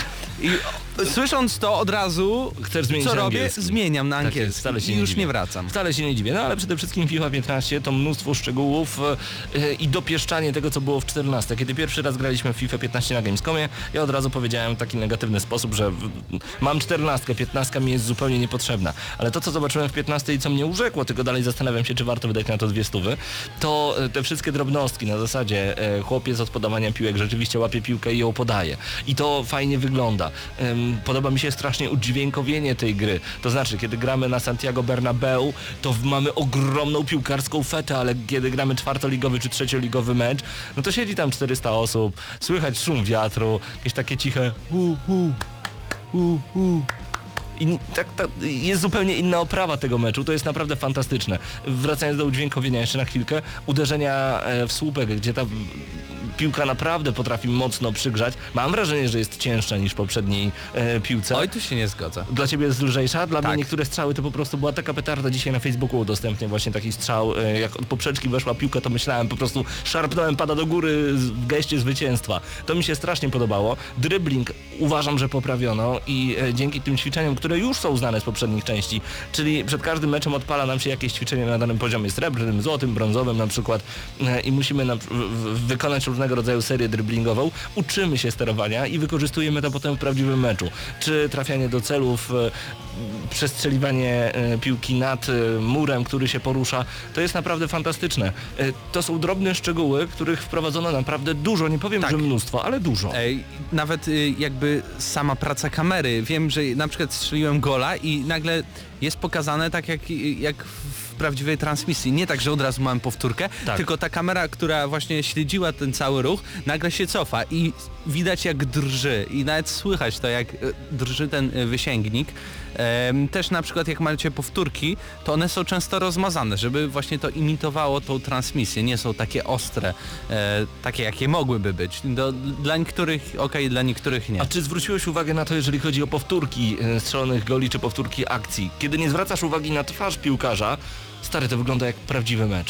I o, słysząc to od razu, Chcesz zmienić co na robię? angielski. Zmieniam na Tak jest, angielski wcale się i nie już dziwię. nie wracam. Wcale się nie dziwię, no ale przede wszystkim FIFA piętnaście to mnóstwo szczegółów e, i dopieszczanie tego, co było w czternastce. Kiedy pierwszy raz graliśmy w FIFA piętnaście na Gamescomie, ja od razu powiedziałem w taki negatywny sposób, że w, mam czternastkę, piętnastka mi jest zupełnie niepotrzebna. Ale to, co zobaczyłem w piętnastce i co mnie urzekło, tylko dalej zastanawiam się, czy warto wydać na to dwie stówy, to e, te wszystkie drobnostki na zasadzie e, chłopiec od podawania piłek rzeczywiście łapie piłkę i ją podaje. I to fajnie wygląda. Em, Podoba mi się strasznie udźwiękowienie tej gry. To znaczy, kiedy gramy na Santiago Bernabeu, to w- mamy ogromną piłkarską fetę, ale kiedy gramy czwartoligowy czy trzecioligowy mecz, no to siedzi tam czterysta osób, słychać szum wiatru, jakieś takie ciche hu, hu, hu, hu. I ni- tak, tak, jest zupełnie inna oprawa tego meczu, to jest naprawdę fantastyczne. Wracając do udźwiękowienia jeszcze na chwilkę, uderzenia e, w słupek, gdzie ta piłka naprawdę potrafi mocno przygrzać. Mam wrażenie, że jest cięższa niż w poprzedniej e, piłce. Oj, tu się nie zgadza. Dla ciebie jest lżejsza? Dla Tak. mnie niektóre strzały to po prostu była taka petarda. Dzisiaj na Facebooku udostępnię właśnie taki strzał. e, Jak od poprzeczki weszła piłka, to myślałem po prostu szarpnąłem pada do góry z- w geście zwycięstwa. To mi się strasznie podobało. Dribbling uważam, że poprawiono i e, dzięki tym ćwiczeniom, które już są znane z poprzednich części, czyli przed każdym meczem odpala nam się jakieś ćwiczenie na danym poziomie srebrnym, złotym, brązowym na przykład e, i musimy na, w, w, wykonać różnego rodzaju serię dribblingową. Uczymy się sterowania i wykorzystujemy to potem w prawdziwym meczu. Czy trafianie do celów, e, przestrzeliwanie e, piłki nad e, murem, który się porusza, to jest naprawdę fantastyczne. E, to są drobne szczegóły, których wprowadzono naprawdę dużo, nie powiem, Tak. że mnóstwo, ale dużo. Ej, nawet y, jakby sama praca kamery. Wiem, że na przykład strzeliłem gola i nagle jest pokazane tak jak, jak w prawdziwej transmisji. Nie tak, że od razu mamy powtórkę, Tak. tylko ta kamera, która właśnie śledziła ten cały ruch, nagle się cofa i widać jak drży i nawet słychać to jak e, drży ten e, wysięgnik. Em, też na przykład jak macie powtórki, to one są często rozmazane, żeby właśnie to imitowało tą transmisję. Nie są takie ostre, e, takie jakie mogłyby być. Do, dla niektórych okej, dla niektórych nie. A czy zwróciłeś uwagę na to, jeżeli chodzi o powtórki e, strzelonych goli czy powtórki akcji? Kiedy nie zwracasz uwagi na twarz piłkarza, stary, to wygląda jak prawdziwy mecz.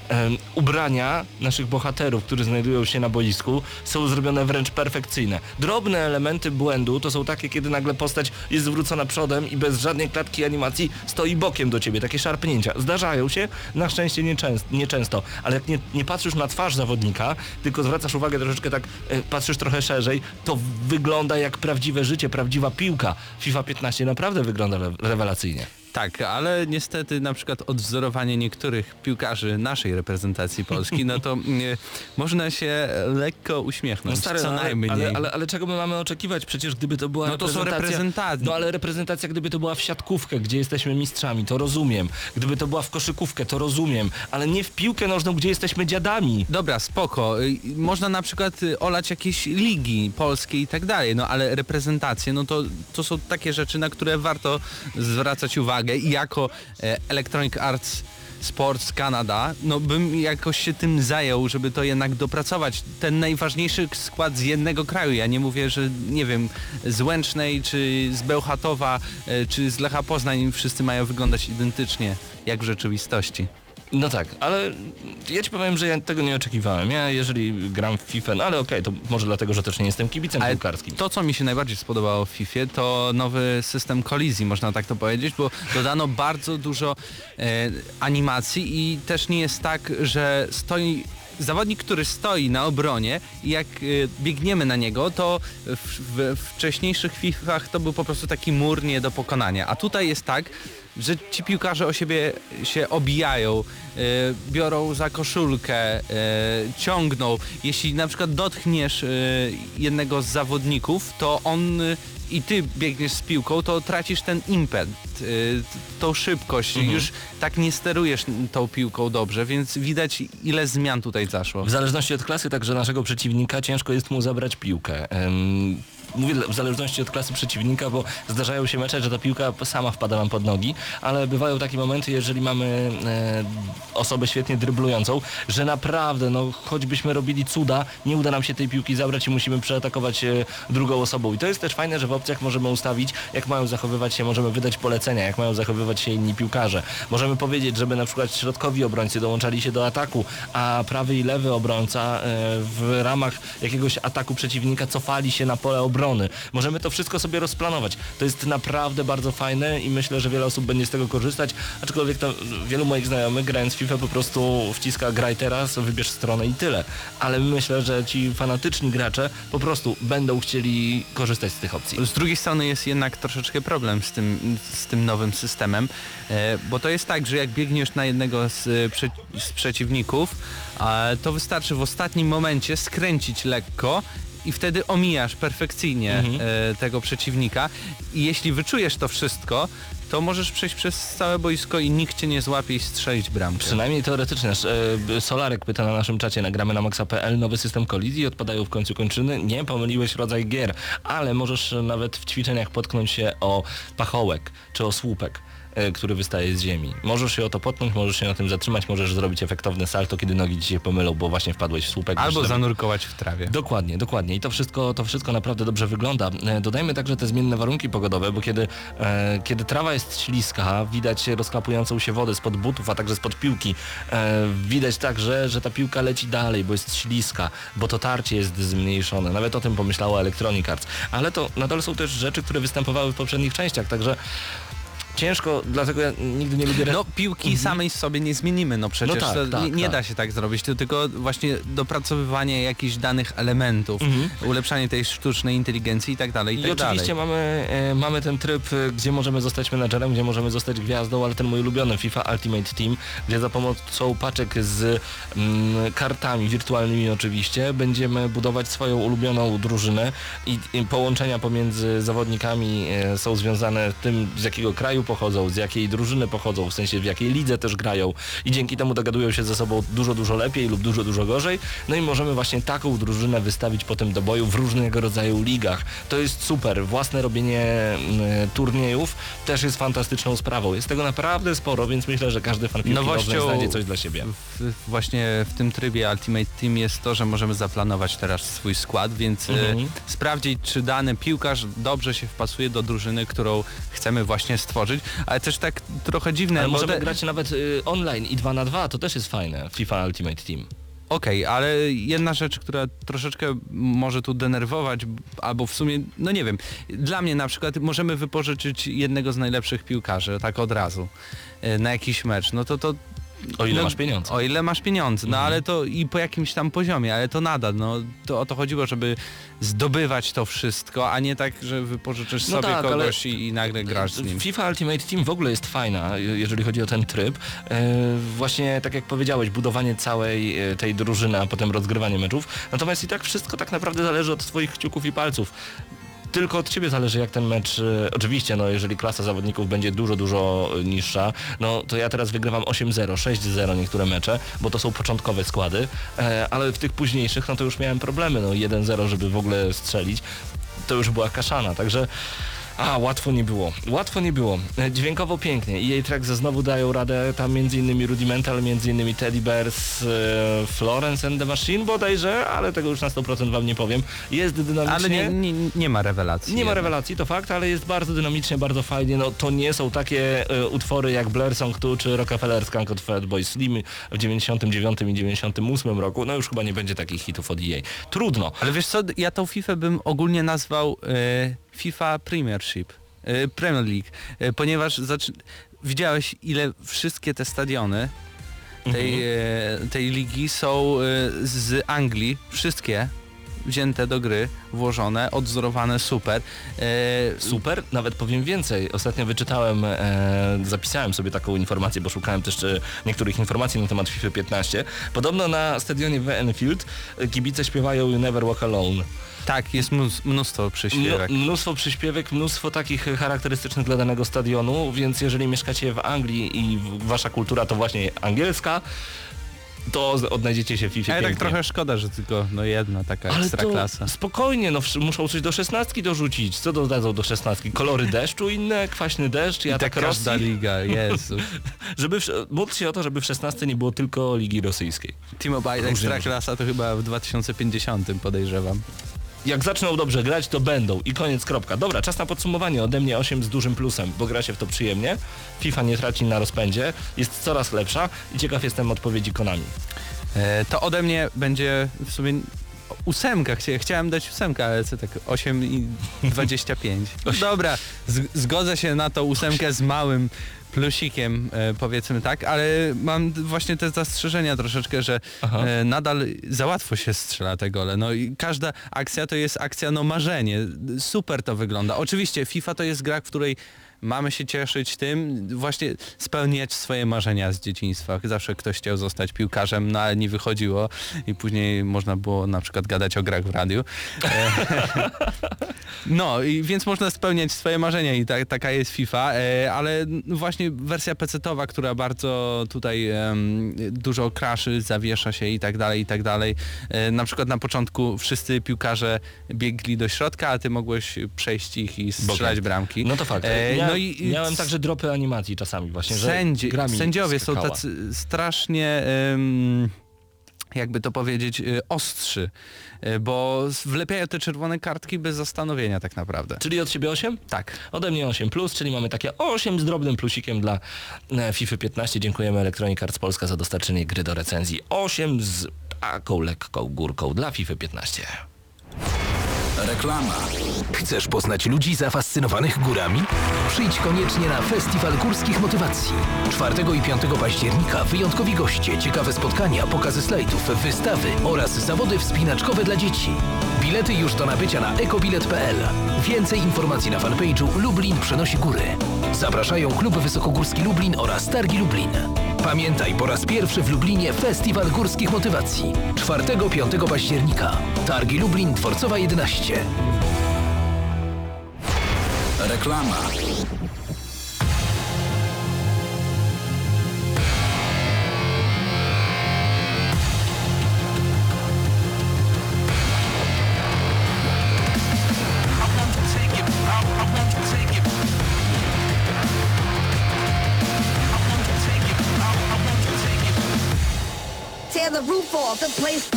em, ubrania naszych bohaterów, którzy znajdują się na boisku, są zrobione wręcz perfekcyjne. Drobne elementy błędu to są takie, kiedy nagle postać jest zwrócona przodem i bez żadnej klatki animacji stoi bokiem do ciebie, takie szarpnięcia. Zdarzają się, na szczęście nieczęsto, nieczęsto, ale jak nie, nie patrzysz na twarz zawodnika, tylko zwracasz uwagę troszeczkę tak, e, patrzysz trochę szerzej, to wygląda jak prawdziwe życie, prawdziwa piłka. FIFA piętnaście naprawdę wygląda re- rewelacyjnie. Tak, ale niestety na przykład odwzorowanie niektórych piłkarzy naszej reprezentacji Polski, no to nie, można się lekko uśmiechnąć, stary, co no, ale, najmniej. ale, ale, ale czego my mamy oczekiwać? Przecież gdyby to była No to są reprezentacja... reprezentacje. No ale reprezentacja, gdyby to była w siatkówkę, gdzie jesteśmy mistrzami, to rozumiem. Gdyby to była w koszykówkę, to rozumiem. Ale nie w piłkę nożną, gdzie jesteśmy dziadami. Dobra, spoko. Y, Można na przykład y, olać jakieś ligi polskie i tak dalej, no ale reprezentacje, no to, to są takie rzeczy, na które warto zwracać uwagę i jako e, Electronic Arts Sports Canada, no bym jakoś się tym zajął, żeby to jednak dopracować. Ten najważniejszy skład z jednego kraju. Ja nie mówię, że nie wiem, z Łęcznej, czy z Bełchatowa, e, czy z Lecha Poznań wszyscy mają wyglądać identycznie, jak w rzeczywistości. No tak, ale ja ci powiem, że ja tego nie oczekiwałem. Ja jeżeli gram w FIFA, no ale okej, to może dlatego, że też nie jestem kibicem Ale piłkarskim. to, co mi się najbardziej spodobało w FIFA, to nowy system kolizji, można tak to powiedzieć, bo dodano bardzo dużo e, animacji i też nie jest tak, że stoi zawodnik, który stoi na obronie i jak y, biegniemy na niego, to w, w wcześniejszych fifach to był po prostu taki mur nie do pokonania. A tutaj jest tak, że ci piłkarze o siebie się obijają, y, biorą za koszulkę, y, ciągną. Jeśli na przykład dotkniesz y, jednego z zawodników, to on y, i ty biegniesz z piłką, to tracisz ten impet, y, tą szybkość, Mhm. już tak nie sterujesz tą piłką dobrze, więc widać ile zmian tutaj zaszło. W zależności od klasy także naszego przeciwnika ciężko jest mu zabrać piłkę. Ym, mówię w zależności od klasy przeciwnika, bo zdarzają się mecze, że ta piłka sama wpada nam pod nogi, ale bywają takie momenty, jeżeli mamy e, osobę świetnie dryblującą, że naprawdę, no choćbyśmy robili cuda, nie uda nam się tej piłki zabrać i musimy przeatakować e, drugą osobą. I to jest też fajne, że w opcjach możemy ustawić, jak mają zachowywać się, możemy wydać polecenia, jak mają zachowywać się inni piłkarze. Możemy powiedzieć, żeby na przykład środkowi obrońcy dołączali się do ataku, a prawy i lewy obrońca e, w ramach jakiegoś ataku przeciwnika cofali się na pole obrony. Możemy to wszystko sobie rozplanować. To jest naprawdę bardzo fajne i myślę, że wiele osób będzie z tego korzystać, aczkolwiek to wielu moich znajomych grając w FIFA po prostu wciska graj teraz, wybierz stronę i tyle. Ale myślę, że ci fanatyczni gracze po prostu będą chcieli korzystać z tych opcji. Z drugiej strony jest jednak troszeczkę problem z tym, z tym nowym systemem, e, bo to jest tak, że jak biegniesz na jednego z, e, prze, z przeciwników, e, to wystarczy w ostatnim momencie skręcić lekko i wtedy omijasz perfekcyjnie Mhm. e, tego przeciwnika i jeśli wyczujesz to wszystko, to możesz przejść przez całe boisko i nikt cię nie złapie i strzelić bramkę. Przynajmniej teoretycznie. E, Solarek pyta na naszym czacie, nagramy na maxa kropka p l, nowy system kolizji, odpadają w końcu kończyny. Nie, pomyliłeś rodzaj gier, ale możesz nawet w ćwiczeniach potknąć się o pachołek czy o słupek, e, który wystaje z ziemi. Możesz się o to potknąć, możesz się na tym zatrzymać, możesz zrobić efektowne salto, kiedy nogi ci się pomylą, bo właśnie wpadłeś w słupek. Albo Zresztą- zanurkować w trawie. Dokładnie, dokładnie. I to wszystko, to wszystko naprawdę dobrze wygląda. E, Dodajmy także te zmienne warunki pogodowe, bo kiedy, e, kiedy trawa jest śliska, widać rozklapującą się wodę spod butów, a także spod piłki. E, widać także, że ta piłka leci dalej, bo jest śliska, bo to tarcie jest zmniejszone. Nawet o tym pomyślała Electronic Arts. Ale to nadal są też rzeczy, które występowały w poprzednich częściach, także ciężko, dlatego ja nigdy nie lubię... Re- No piłki samej sobie nie zmienimy, no przecież No tak, to tak, nie, nie tak. da się tak zrobić, to tylko właśnie dopracowywanie jakichś danych elementów, Mhm. ulepszanie tej sztucznej inteligencji i tak dalej, i, I tak oczywiście dalej. mamy, e, mamy ten tryb, e, gdzie możemy zostać menadżerem, gdzie możemy zostać gwiazdą, ale ten mój ulubiony FIFA Ultimate Team, gdzie za pomocą paczek z mm, kartami wirtualnymi oczywiście będziemy budować swoją ulubioną drużynę i, i połączenia pomiędzy zawodnikami e, są związane z tym, z jakiego kraju pochodzą, z jakiej drużyny pochodzą, w sensie w jakiej lidze też grają i dzięki temu dogadują się ze sobą dużo, dużo lepiej lub dużo, dużo gorzej. No i możemy właśnie taką drużynę wystawić potem do boju w różnego rodzaju ligach. To jest super. Własne robienie mm, turniejów też jest fantastyczną sprawą. Jest tego naprawdę sporo, więc myślę, że każdy fan piłki nożnej Nowością znajdzie coś dla siebie. W, w, właśnie w tym trybie Ultimate Team jest to, że możemy zaplanować teraz swój skład, więc Mhm. e, sprawdzić, czy dany piłkarz dobrze się wpasuje do drużyny, którą chcemy właśnie stworzyć, wypożyczyć, ale też tak trochę dziwne, Ale bo możemy te... grać nawet y, online i dwa na dwa, to też jest fajne. FIFA Ultimate Team. Okej, okay, ale jedna rzecz, która troszeczkę może tu denerwować, albo w sumie, no nie wiem, dla mnie na przykład możemy wypożyczyć jednego z najlepszych piłkarzy, tak od razu, na jakiś mecz, no to to... O ile no, masz pieniądze. O ile masz pieniądze, no mhm. ale to i po jakimś tam poziomie, ale to nadal, no to o to chodziło, żeby zdobywać to wszystko, a nie tak, że wypożyczysz No sobie tak, kogoś i, i nagle grasz z nim. FIFA Ultimate Team w ogóle jest fajna, jeżeli chodzi o ten tryb. E, właśnie tak jak powiedziałeś, budowanie całej e, tej drużyny, a potem rozgrywanie meczów. Natomiast i tak wszystko tak naprawdę zależy od twoich kciuków i palców. Tylko od ciebie zależy, jak ten mecz, e, oczywiście, no jeżeli klasa zawodników będzie dużo, dużo niższa, no to ja teraz wygrywam osiem zero, sześć zero niektóre mecze, bo to są początkowe składy, e, ale w tych późniejszych, no to już miałem problemy, no jeden zero, żeby w ogóle strzelić, to już była kaszana, także... A, łatwo nie było. Łatwo nie było. Dźwiękowo pięknie. E A Tracks znowu dają radę, tam między innymi Rudimental, między innymi Teddy Bears, e, Florence and the Machine bodajże, ale tego już na sto procent wam nie powiem. Jest dynamicznie. Ale nie, nie, nie ma rewelacji. Nie ma jednak. rewelacji, to fakt, ale jest bardzo dynamicznie, bardzo fajnie. No to nie są takie e, utwory jak Blair Song two czy Rockefeller Skunk od Fatboy Slim w dziewięćdziesiątym dziewiątym i dziewięćdziesiątym ósmym roku. No już chyba nie będzie takich hitów od E A. Trudno. Ale wiesz co, ja tą FIFA bym ogólnie nazwał e, FIFA Premiership, e, Premier League, e, ponieważ zaczy... widziałeś, ile wszystkie te stadiony tej, e, tej ligi są e, z Anglii, wszystkie wzięte do gry, włożone, odzorowane, super. E, Super, nawet powiem więcej. Ostatnio wyczytałem, e, zapisałem sobie taką informację, bo szukałem też e, niektórych informacji na temat FIFA piętnaście. Podobno na stadionie w Anfield e, kibice śpiewają You Never Walk Alone. Tak, jest mnóstwo, mnóstwo przyśpiewek. Mnó- mnóstwo przyśpiewek, mnóstwo takich charakterystycznych dla danego stadionu, więc jeżeli mieszkacie w Anglii i w- wasza kultura to właśnie angielska, to z- odnajdziecie się w FIFA Ale tak pięknie. trochę szkoda, że tylko no jedna taka Ale ekstra to klasa. spokojnie, no wsz- muszą coś do szesnastki dorzucić. Co dodadzą do szesnastki? Kolory deszczu inne, kwaśny deszcz, I ja tak tak każda Rosji. liga, Jezu. Żeby, w- módl się o to, żeby w szesnastce nie było tylko Ligi Rosyjskiej. T-Mobile ekstra klasa to chyba w dwa tysiące pięćdziesiątym podejrzewam. Jak zaczną dobrze grać, to będą i koniec, kropka. Dobra, czas na podsumowanie. Ode mnie osiem z dużym plusem, bo gra się w to przyjemnie. FIFA nie traci na rozpędzie, jest coraz lepsza i ciekaw jestem odpowiedzi Konami. E, to ode mnie będzie w sumie ósemka. Chcia, chciałem dać ósemkę, ale co tak osiem i dwadzieścia pięć. Dobra, z, zgodzę się na tą ósemkę z małym plusikiem, e, powiedzmy tak, ale mam właśnie te zastrzeżenia troszeczkę, że Aha. e, nadal za łatwo się strzela te gole. No i każda akcja to jest akcja, no marzenie. Super to wygląda. Oczywiście FIFA to jest gra, w której mamy się cieszyć tym, właśnie spełniać swoje marzenia z dzieciństwa. Zawsze ktoś chciał zostać piłkarzem, no ale nie wychodziło i później można było na przykład gadać o grach w radiu. E, no i więc można spełniać swoje marzenia i ta, taka jest FIFA, e, ale właśnie wersja pecetowa, która bardzo tutaj em, dużo kraszy, zawiesza się i tak dalej, i tak dalej. E, na przykład na początku wszyscy piłkarze biegli do środka, a ty mogłeś przejść ich i strzelać Bokiem. bramki. No to fakt. E, Mia- no i miałem także dropy animacji czasami właśnie, że Sędzi, gra mi sędziowie są skakała. tacy strasznie, em, jakby to powiedzieć, y, ostrzy, y, bo wlepiają te czerwone kartki bez zastanowienia tak naprawdę. Czyli od siebie osiem? Tak. Ode mnie osiem plus, czyli mamy takie osiem z drobnym plusikiem dla e, FIFA piętnaście. Dziękujemy Electronic Arts Polska za dostarczenie gry do recenzji. osiem z taką lekką górką dla FIFA piętnaście. Reklama. Chcesz poznać ludzi zafascynowanych górami? Przyjdź koniecznie na Festiwal Górskich Motywacji. czwartego i piątego października wyjątkowi goście, ciekawe spotkania, pokazy slajdów, wystawy oraz zawody wspinaczkowe dla dzieci. Bilety już do nabycia na ekobilet kropka pe el. Więcej informacji na fanpage'u Lublin Przenosi Góry. Zapraszają Klub Wysokogórski Lublin oraz Targi Lublin. Pamiętaj, po raz pierwszy w Lublinie Festiwal Górskich Motywacji. czwartego i piątego października. Targi Lublin, Dworcowa jedenaście. Reklama. Tear the roof off the place.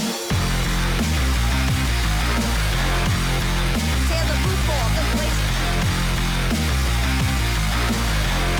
Tear the roof off the place.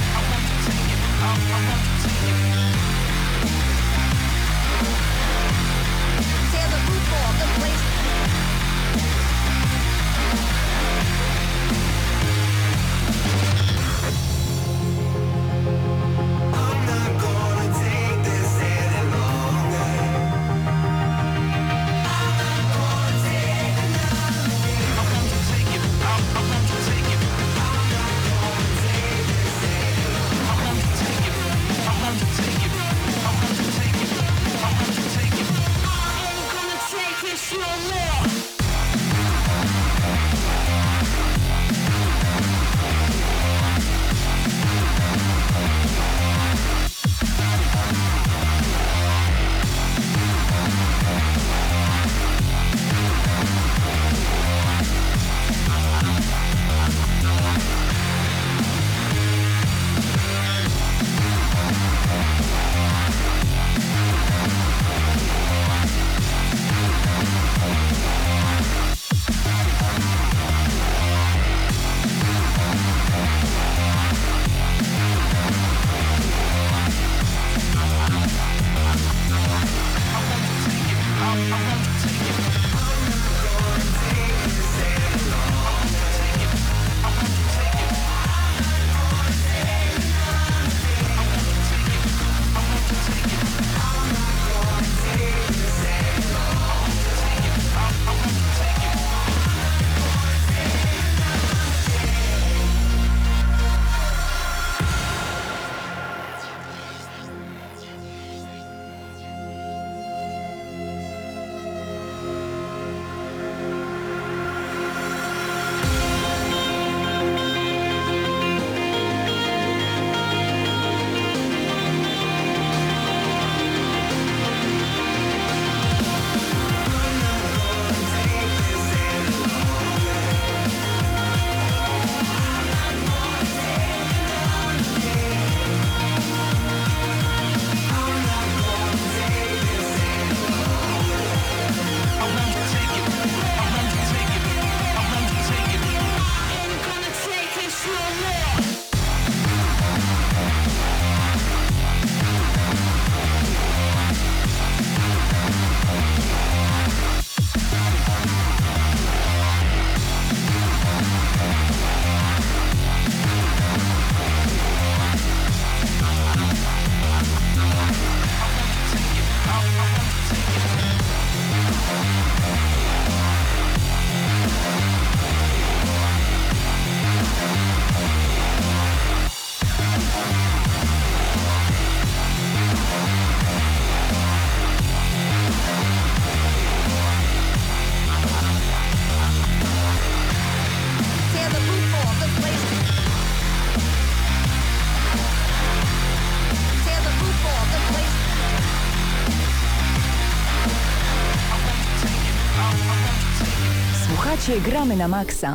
Słuchacie Gramy na Maxa.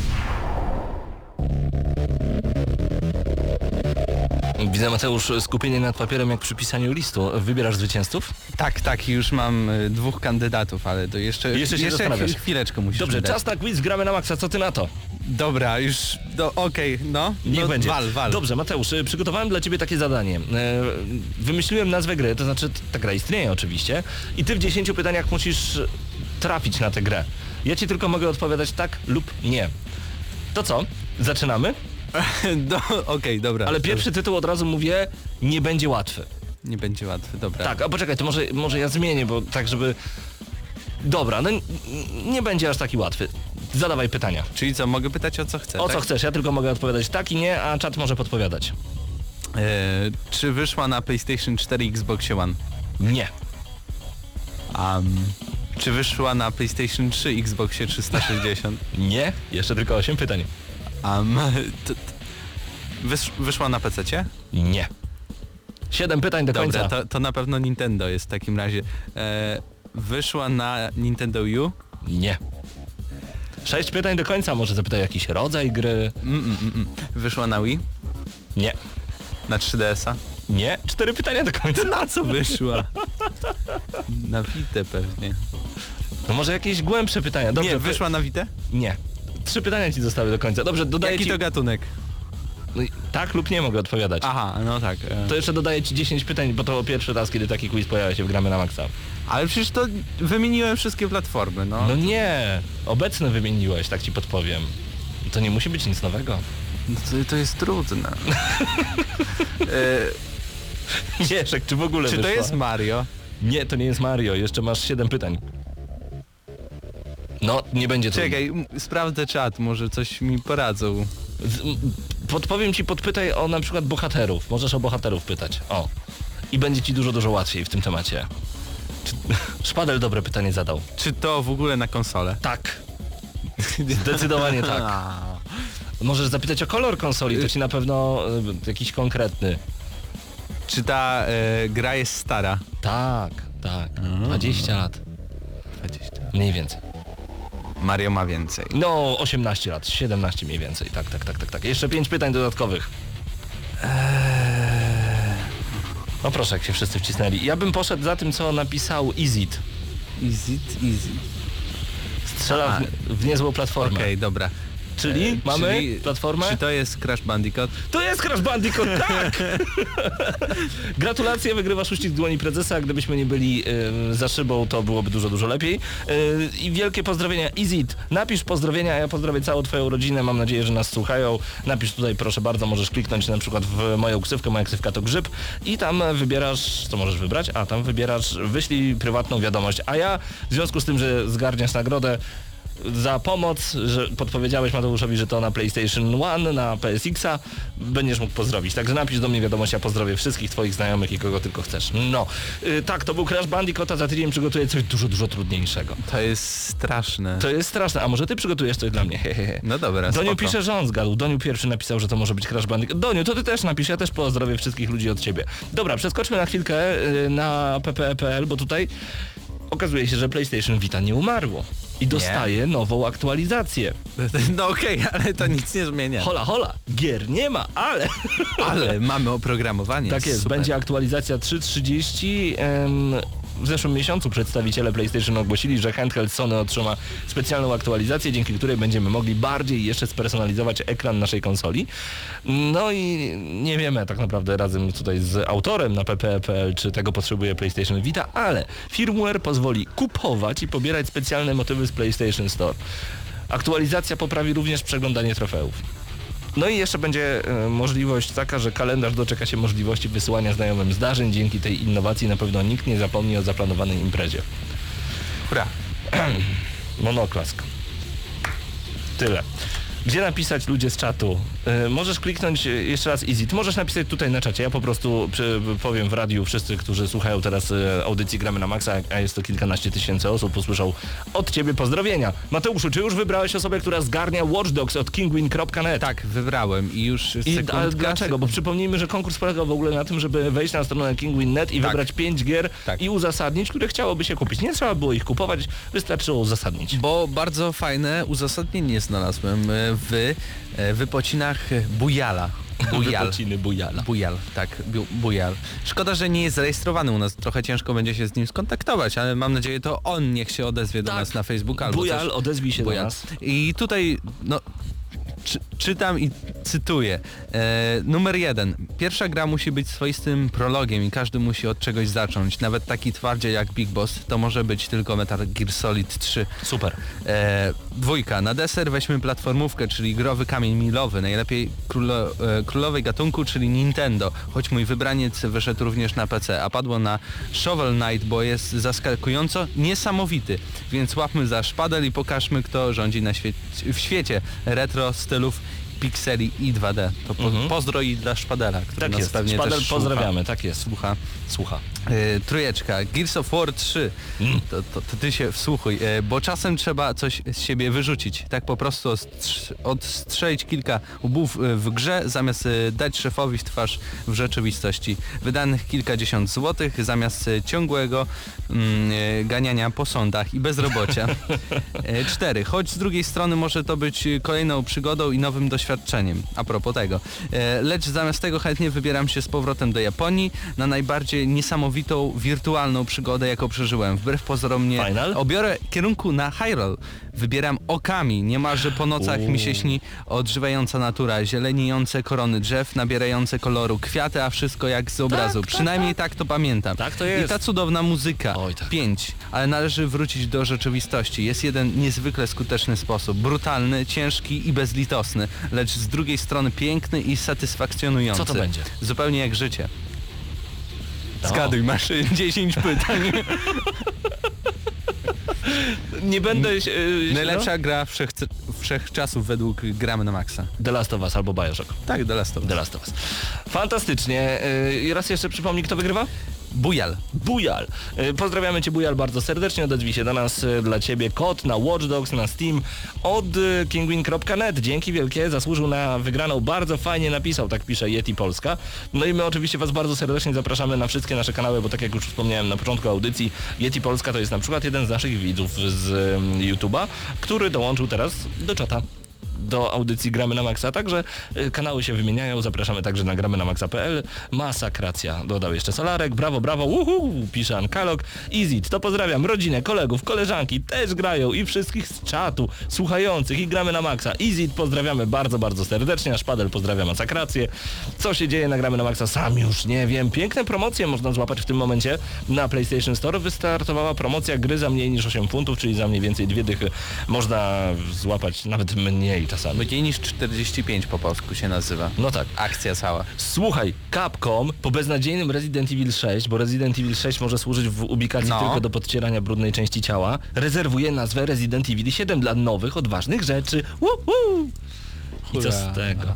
Widzę, Mateusz, skupienie nad papierem jak przy pisaniu listu. Wybierasz zwycięzców? Tak, tak, już mam y, dwóch kandydatów, ale to jeszcze, Jeszcze się zastanawiasz. chwileczkę musisz Dobrze, mi dać. czas na quiz, gramy na maksa, co ty na to? Dobra, już, do, okej, no. Niech no, będzie. Wal, wal. Dobrze, Mateusz, y, przygotowałem dla ciebie takie zadanie. E, Wymyśliłem nazwę gry, to znaczy t- ta gra istnieje oczywiście i ty w dziesięciu pytaniach musisz trafić na tę grę. Ja ci tylko mogę odpowiadać tak lub nie. To co? Zaczynamy? do, okej, dobra. Ale pierwszy tytuł od razu mówię, nie będzie łatwy. Nie będzie łatwy, dobra. Tak, a poczekaj, to może, może ja zmienię, bo tak żeby... Dobra, no n- nie będzie aż taki łatwy. Zadawaj pytania. Czyli co, mogę pytać o co chcę, O tak? co chcesz, ja tylko mogę odpowiadać tak i nie, a czat może podpowiadać. E, czy wyszła na PlayStation cztery i Xbox One? Nie. Um, czy wyszła na PlayStation trzy i Xboxie trzysta sześćdziesiąt? Nie, jeszcze tylko osiem pytań. Um, t, t, wysz, wyszła na pececie? Nie. Siedem pytań do Dobra, końca. to, to na pewno Nintendo jest w takim razie. E, wyszła na Nintendo Wii U? Nie. Sześć pytań do końca, może zapytaj jakiś rodzaj gry. Mm, mm, mm, mm. Wyszła na Wii? Nie. Na trzy D S a? Nie. Cztery pytania do końca. Na co wyszła? Na Vita pewnie. No może jakieś głębsze pytania. Dobrze, Nie, wyszła na Vita? Nie. Trzy pytania ci zostały do końca. Dobrze, dodaję Jaki ci... to gatunek? No i tak lub nie mogę odpowiadać. Aha, no tak. E. To jeszcze dodaję ci dziesięć pytań, bo to pierwszy raz, kiedy taki quiz pojawia się w Gramy na Maxa. Ale przecież to wymieniłem wszystkie platformy, no. No nie, obecne wymieniłeś, tak ci podpowiem. To nie musi być nic nowego. No to, to jest trudne. e, Mieszek, czy w ogóle czy wyszła? to jest Mario? Nie, to nie jest Mario, jeszcze masz siedem pytań. No, nie będzie trudno. Czekaj, m- sprawdzę czat, może coś mi poradzą. Z- m- Podpowiem ci, podpytaj o na przykład bohaterów. Możesz o bohaterów pytać. O. I będzie ci dużo, dużo łatwiej w tym temacie. Czy... Szpadel dobre pytanie zadał. Czy to w ogóle na konsolę? Tak. Zdecydowanie tak. Możesz zapytać o kolor konsoli, to ci na pewno y, jakiś konkretny. Czy ta e, gra jest stara? Tak, tak. dwadzieścia lat. dwadzieścia. Mniej więcej. Mario ma więcej. No, osiemnaście lat, siedemnaście mniej więcej. Tak, tak, tak, tak, tak. Jeszcze pięć pytań dodatkowych. No proszę, jak się wszyscy wcisnęli. Ja bym poszedł za tym, co napisał Izit. Easy, easy. Strzela w, w niezłą platformę. Okej, dobra. Czyli E, mamy czyli, platformę? Czy to jest Crash Bandicoot? To jest Crash Bandicoot, tak! Gratulacje, wygrywasz uścisk dłoni prezesa. Gdybyśmy nie byli y, za szybą, to byłoby dużo, dużo lepiej. Y, I wielkie pozdrowienia. Izit, napisz pozdrowienia, a ja pozdrowię całą twoją rodzinę. Mam nadzieję, że nas słuchają. Napisz tutaj, proszę bardzo, możesz kliknąć na przykład w moją ksywkę. Moja ksywka to grzyb. I tam wybierasz, co możesz wybrać? A tam wybierasz, wyślij prywatną wiadomość. A ja, w związku z tym, że zgarniasz nagrodę, za pomoc, że podpowiedziałeś Mateuszowi, że to na PlayStation One, na P S X a, będziesz mógł pozdrowić. Także napisz do mnie wiadomość, ja pozdrowię wszystkich twoich znajomych i kogo tylko chcesz. No, yy, tak, to był Crash Bandicoot, a za tydzień przygotuję coś dużo, dużo trudniejszego. To jest straszne. To jest straszne, a może ty przygotujesz coś dla mnie? Hehehe. No dobra, Doniu spoko. pisze, że on zgadł. Doniu pierwszy napisał, że to może być Crash Bandicoot. Doniu, to ty też napisz, ja też pozdrowię wszystkich ludzi od ciebie. Dobra, przeskoczmy na chwilkę yy, na p p e kropka p l, bo tutaj okazuje się, że PlayStation Vita nie umarło. I dostaje nową aktualizację. No okej, okay, ale to nic nie zmienia. Hola, hola, gier nie ma, ale... Ale mamy oprogramowanie. Tak jest, super. będzie aktualizacja trzy trzydzieści. Em, w zeszłym miesiącu przedstawiciele PlayStation ogłosili, że handheld Sony otrzyma specjalną aktualizację, dzięki której będziemy mogli bardziej jeszcze spersonalizować ekran naszej konsoli. No i nie wiemy tak naprawdę razem tutaj z autorem na p p e kropka p l, czy tego potrzebuje PlayStation Vita, ale firmware pozwoli kupować i pobierać specjalne motywy z PlayStation Store. Aktualizacja poprawi również przeglądanie trofeów. No i jeszcze będzie e, możliwość taka, że kalendarz doczeka się możliwości wysyłania znajomym zdarzeń. Dzięki tej innowacji na pewno nikt nie zapomni o zaplanowanej imprezie. Hurra. Monoklask. Tyle. Gdzie napisać ludzie z czatu? Yy, możesz kliknąć yy, jeszcze raz Easy. Ty możesz napisać tutaj na czacie. Ja po prostu przy, powiem w radiu, wszyscy, którzy słuchają teraz yy, audycji Gramy na Maxa, a jest to kilkanaście tysięcy osób, usłyszą od ciebie pozdrowienia. Mateuszu, czy już wybrałeś osobę, która zgarnia Watch Dogs od kingwin kropka net? Tak, wybrałem i już I, sekundka. ale dlaczego? Bo przypomnijmy, że konkurs polegał w ogóle na tym, żeby wejść na stronę kingwin kropka net i tak. wybrać pięć gier tak. i uzasadnić, które chciałoby się kupić. Nie trzeba było ich kupować, wystarczyło uzasadnić. Bo bardzo fajne uzasadnienie znalazłem w wypocinach Bujala. Bujal. Wypociny Bujala. Bujal, tak, bu, Bujal. Szkoda, że nie jest zarejestrowany u nas, trochę ciężko będzie się z nim skontaktować, ale mam nadzieję, to on niech się odezwie do Tak. nas na Facebooku albo Bujal, coś. odezwij się Bujal. do nas. I tutaj, no, czy, czytam i cytuję. E, numer jeden. Pierwsza gra musi być swoistym prologiem i każdy musi od czegoś zacząć. Nawet taki twardziel jak Big Boss to może być tylko Metal Gear Solid trzy. Super. E, dwójka. Na deser weźmy platformówkę, czyli growy kamień milowy. Najlepiej królo, e, królowej gatunku, czyli Nintendo. Choć mój wybraniec wyszedł również na P C, a padło na Shovel Knight, bo jest zaskakująco niesamowity. Więc łapmy za szpadel i pokażmy, kto rządzi na świe w świecie retro stylów pikseli i dwa D. To po, Mhm. pozdro i dla Szpadela, który Tak nas jest. pewnie Szpadel też pozdrawiamy, słucha. tak jest. Słucha. Słucha. E, trójeczka, Gears of War trzy. Mm. To, to, to ty się wsłuchuj, e, bo czasem trzeba coś z siebie wyrzucić. Tak po prostu odstrz- odstrzelić kilka łbów e, w grze, zamiast e, dać szefowi w twarz w rzeczywistości. Wydanych kilkadziesiąt złotych, zamiast e, ciągłego mm, e, ganiania po sądach i bezrobocia. E, cztery. Choć z drugiej strony może to być kolejną przygodą i nowym doświadczeniem. A propos tego. E, lecz zamiast tego chętnie wybieram się z powrotem do Japonii na najbardziej niesamowitą, wirtualną przygodę, jaką przeżyłem. Wbrew pozorom nie Final? obiorę kierunku na Hyrule. Wybieram okami. Niemalże po nocach Uuu. mi się śni odżywająca natura, zieleniejące korony drzew, nabierające koloru kwiaty, a wszystko jak z obrazu. tak, Przynajmniej tak. tak to pamiętam. Tak to jest. I ta cudowna muzyka. Oj, tak. Pięć. Ale należy wrócić do rzeczywistości. Jest jeden niezwykle skuteczny sposób. Brutalny, ciężki i bezlitosny, lecz z drugiej strony piękny i satysfakcjonujący. Co to będzie? Zupełnie jak życie. No. Zgaduj, masz dziesięć pytań. Nie będę... się, Yy, Najlepsza gra wszech, wszechczasów według Gramy na Maxa. no? The Last of Us albo Bioshock. Tak, The Last of Us. The Last of Us. Fantastycznie. Yy, I raz jeszcze przypomnij, kto wygrywa? Bujal. Bujal. Yy, Pozdrawiamy Cię, Bujal, bardzo serdecznie. Odezwij się do nas, yy, dla Ciebie kod na Watch Dogs, na Steam od yy, kingwin kropka net. Dzięki wielkie, zasłużył na wygraną, bardzo fajnie napisał, tak pisze Yeti Polska. No i my oczywiście Was bardzo serdecznie zapraszamy na wszystkie nasze kanały, bo tak jak już wspomniałem na początku audycji, Yeti Polska to jest na przykład jeden z naszych widzów z yy, YouTube'a, który dołączył teraz do czata. Do audycji Gramy na Maxa, także y, kanały się wymieniają, zapraszamy także na gramy na maxa kropka p l. Masakracja, dodał jeszcze Solarek, brawo, brawo, uhu, pisze Ankalog. Easy, to pozdrawiam rodzinę, kolegów, koleżanki, też grają i wszystkich z czatu słuchających i Gramy na Maxa. Easy, pozdrawiamy bardzo, bardzo serdecznie, a Szpadel pozdrawia Masakrację. Co się dzieje na Gramy na Maxa? Sam już nie wiem. Piękne promocje można złapać w tym momencie. Na PlayStation Store wystartowała promocja gry za mniej niż osiem funtów, czyli za mniej więcej dwie dychy. Można złapać nawet mniej czasami. Mniej niż czterdzieści pięć po polsku się nazywa. No tak. Akcja cała. Słuchaj, Capcom po beznadziejnym Resident Evil sześć, bo Resident Evil sześć może służyć w ubikacji No. tylko do podcierania brudnej części ciała, rezerwuje nazwę Resident Evil siedem dla nowych, odważnych rzeczy. Woohoo! I co z tego?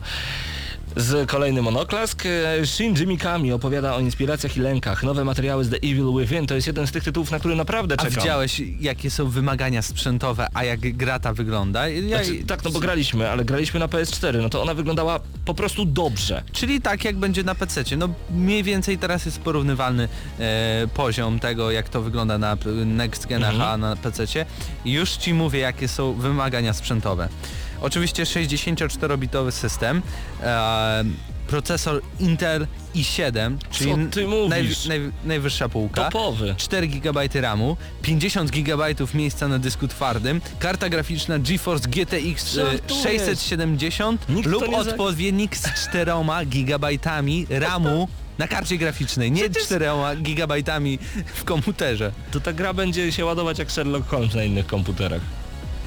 Z kolejny monoklask. Shinji Mikami opowiada o inspiracjach i lękach. Nowe materiały z The Evil Within to jest jeden z tych tytułów, na który naprawdę A czekam. widziałeś, jakie są wymagania sprzętowe, a jak gra ta wygląda? Ja, Znaczy, tak, no bo graliśmy, ale graliśmy na P S cztery, no to ona wyglądała po prostu dobrze. Czyli tak jak będzie na pececie. No mniej więcej teraz jest porównywalny e, poziom tego, jak to wygląda na p- next genach, Mhm. a na pececie. Już ci mówię, jakie są wymagania sprzętowe. Oczywiście sześćdziesięcioczterobitowy system, e, procesor Intel i siedem, czyli Co ty mówisz? naj, naj, najwyższa półka. Topowy. cztery gigabajty ramu, pięćdziesiąt gigabajtów miejsca na dysku twardym, karta graficzna GeForce G T X e, Żartujesz. sześćset siedemdziesiąt Nikt lub to nie za- odpowiednik z czteroma gigabajtami ramu na karcie graficznej, nie Przecież- czterema gigabajtami w komputerze. To ta gra będzie się ładować jak Sherlock Holmes na innych komputerach.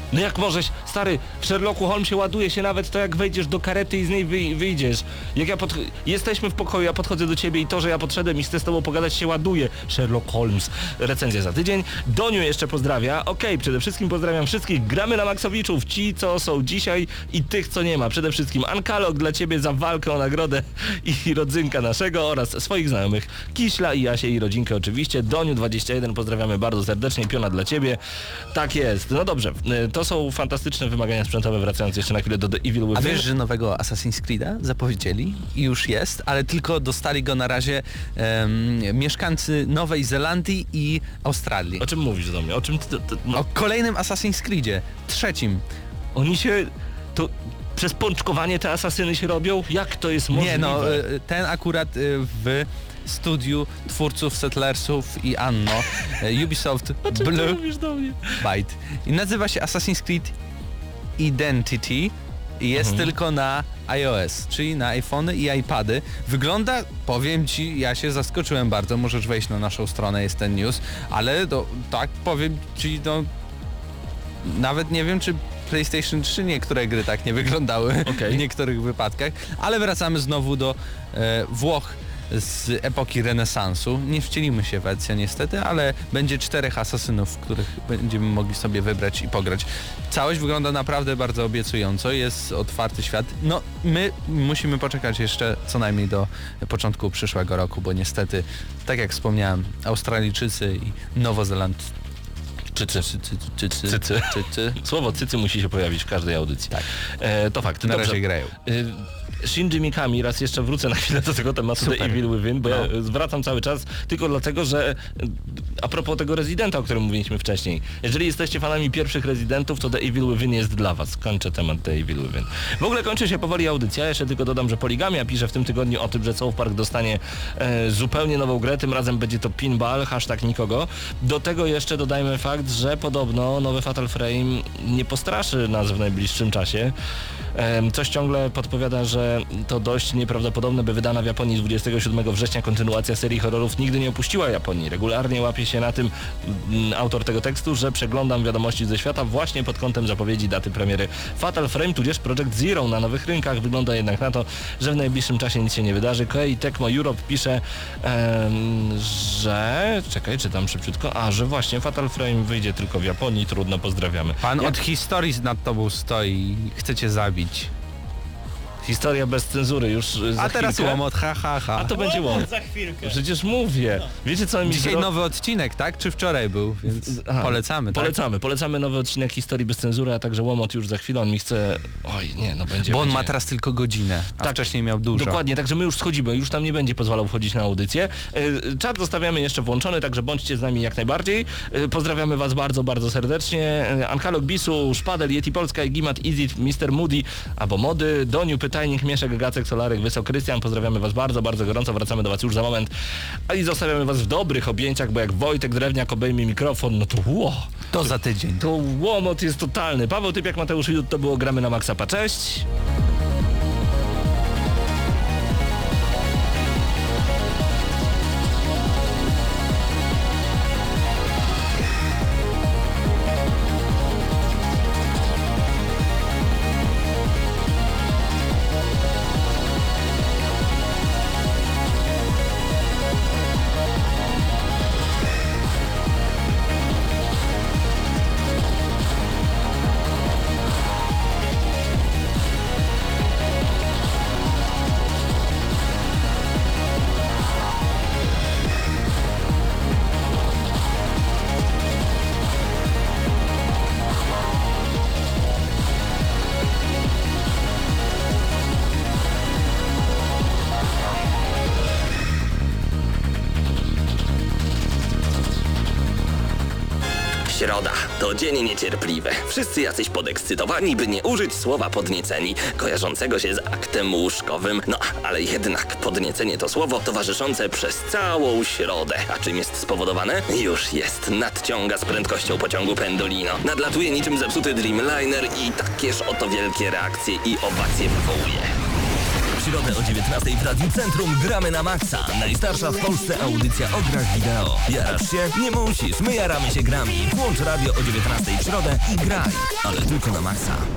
No jak możesz, stary, w Sherlocku Holmesie ładuje się nawet to, jak wejdziesz do karety i z niej wyj- wyjdziesz. Jak ja pod... Jesteśmy w pokoju, ja podchodzę do ciebie i to, że ja podszedłem i chcę z tobą pogadać, się ładuje. Sherlock Holmes. Recenzja za tydzień. Doniu jeszcze pozdrawia. Okej, okay, przede wszystkim pozdrawiam wszystkich gramy na Maxowiczów, ci co są dzisiaj i tych co nie ma. Przede wszystkim Ankalog dla ciebie za walkę o nagrodę i rodzynka naszego oraz swoich znajomych Kiśla i Jasię i rodzinkę oczywiście. Doniu dwadzieścia jeden pozdrawiamy bardzo serdecznie, piona dla ciebie. Tak jest. No dobrze, to są fantastyczne wymagania sprzętowe, wracając jeszcze na chwilę do The Evil Within. A wiesz, że nowego Assassin's Creed'a zapowiedzieli i już jest, ale tylko dostali go na razie um, mieszkańcy Nowej Zelandii i Australii. O czym mówisz do mnie? O czym ty, ty, ty, no. O kolejnym Assassin's Creedzie, trzecim. Oni się... To przez pączkowanie te asasyny się robią? Jak to jest możliwe? Nie no, ten akurat w studiu twórców Settlersów i Anno, Ubisoft Blue mówisz do mnie? Byte. I nazywa się Assassin's Creed Identity i jest mhm. tylko na iOS, czyli na iPhony i iPady. Wygląda, powiem ci, ja się zaskoczyłem bardzo, możesz wejść na naszą stronę, jest ten news, ale do, tak powiem ci, no nawet nie wiem, czy PlayStation trzy niektóre gry tak nie wyglądały okay. w niektórych wypadkach, ale wracamy znowu do e, Włoch z epoki renesansu. Nie wcielimy się w wersję niestety, ale będzie czterech asasynów, których będziemy mogli sobie wybrać i pograć. Całość wygląda naprawdę bardzo obiecująco, jest otwarty świat. No, my musimy poczekać jeszcze co najmniej do początku przyszłego roku, bo niestety, tak jak wspomniałem, Australijczycy i Nowozelandczycy Czycy. Cycy. Cycy. Cycy. Słowo cycy musi się pojawić w każdej audycji. Tak. E, to fakt. Na Dobrze. razie grają. E, Shinji Mikami, raz jeszcze wrócę na chwilę do tego tematu The Evil Within, bo no. ja zwracam cały czas tylko dlatego, że a propos tego Residenta, o którym mówiliśmy wcześniej, jeżeli jesteście fanami pierwszych Residentów, to The Evil Within jest dla was. Kończę temat The Evil Within. W ogóle kończy się powoli audycja, jeszcze tylko dodam, że Poligamia pisze w tym tygodniu o tym, że South Park dostanie e, zupełnie nową grę, tym razem będzie to pinball, hashtag nikogo. Do tego jeszcze dodajmy fakt, że podobno nowy Fatal Frame nie postraszy nas w najbliższym czasie. E, coś ciągle podpowiada, że to dość nieprawdopodobne, by wydana w Japonii dwudziestego siódmego września kontynuacja serii horrorów nigdy nie opuściła Japonii. Regularnie łapie się na tym m, autor tego tekstu, że przeglądam wiadomości ze świata właśnie pod kątem zapowiedzi daty premiery Fatal Frame, tudzież Project Zero na nowych rynkach. Wygląda jednak na to, że w najbliższym czasie nic się nie wydarzy. Koei Tecmo Europe pisze, em, że... Czekaj, czytam szybciutko. A, że właśnie Fatal Frame wyjdzie tylko w Japonii. Trudno, pozdrawiamy. Pan Jak... od historii nad tobą stoi, chce cię zabić. Historia bez cenzury już za A teraz chwilkę. łomot, ha, ha, ha. A to będzie łomot. Za chwilkę. Przecież mówię. Wiecie co mi Dzisiaj zro... nowy odcinek, tak? Czy wczoraj był? Więc Aha, polecamy, tak? Polecamy. Polecamy nowy odcinek Historii bez cenzury, a także łomot już za chwilę. On mi chce... Oj, nie, no będzie... Bo on będzie... ma teraz tylko godzinę, a tak, wcześniej miał dużo. Dokładnie, także my już schodzimy. Już tam nie będzie pozwalał wchodzić na audycję. Czat zostawiamy jeszcze włączony, także bądźcie z nami jak najbardziej. Pozdrawiamy was bardzo, bardzo serdecznie. Ankalog Bisu, Szpadel, Yeti Polska, Gimat, Izit, mister Moody, albo Mody, Doniu, Pytajnik, Mieszek, Gacek, Solarek, Wysok, Krystian. Pozdrawiamy was bardzo, bardzo gorąco. Wracamy do was już za moment. A i zostawiamy was w dobrych objęciach, bo jak Wojtek Drewniak obejmie mikrofon, no to ło! To za tydzień. To łomot jest totalny. Paweł Typiak, Mateusz Widut, to było Gramy na Maxa. Pa, cześć! Środa to dzień niecierpliwy. Wszyscy jacyś podekscytowani, by nie użyć słowa podnieceni, kojarzącego się z aktem łóżkowym. No, ale jednak podniecenie to słowo towarzyszące przez całą środę. A czym jest spowodowane? Już jest. Nadciąga z prędkością pociągu Pendolino. Nadlatuje niczym zepsuty Dreamliner i takież oto wielkie reakcje i owacje wywołuje. środę o dziewiętnastej w Radiu Centrum gramy na maksa. Najstarsza w Polsce audycja o grach wideo. Jarasz się? Nie musisz. My jaramy się grami. Włącz radio o dziewiętnastej w środę i graj. Ale tylko na maksa.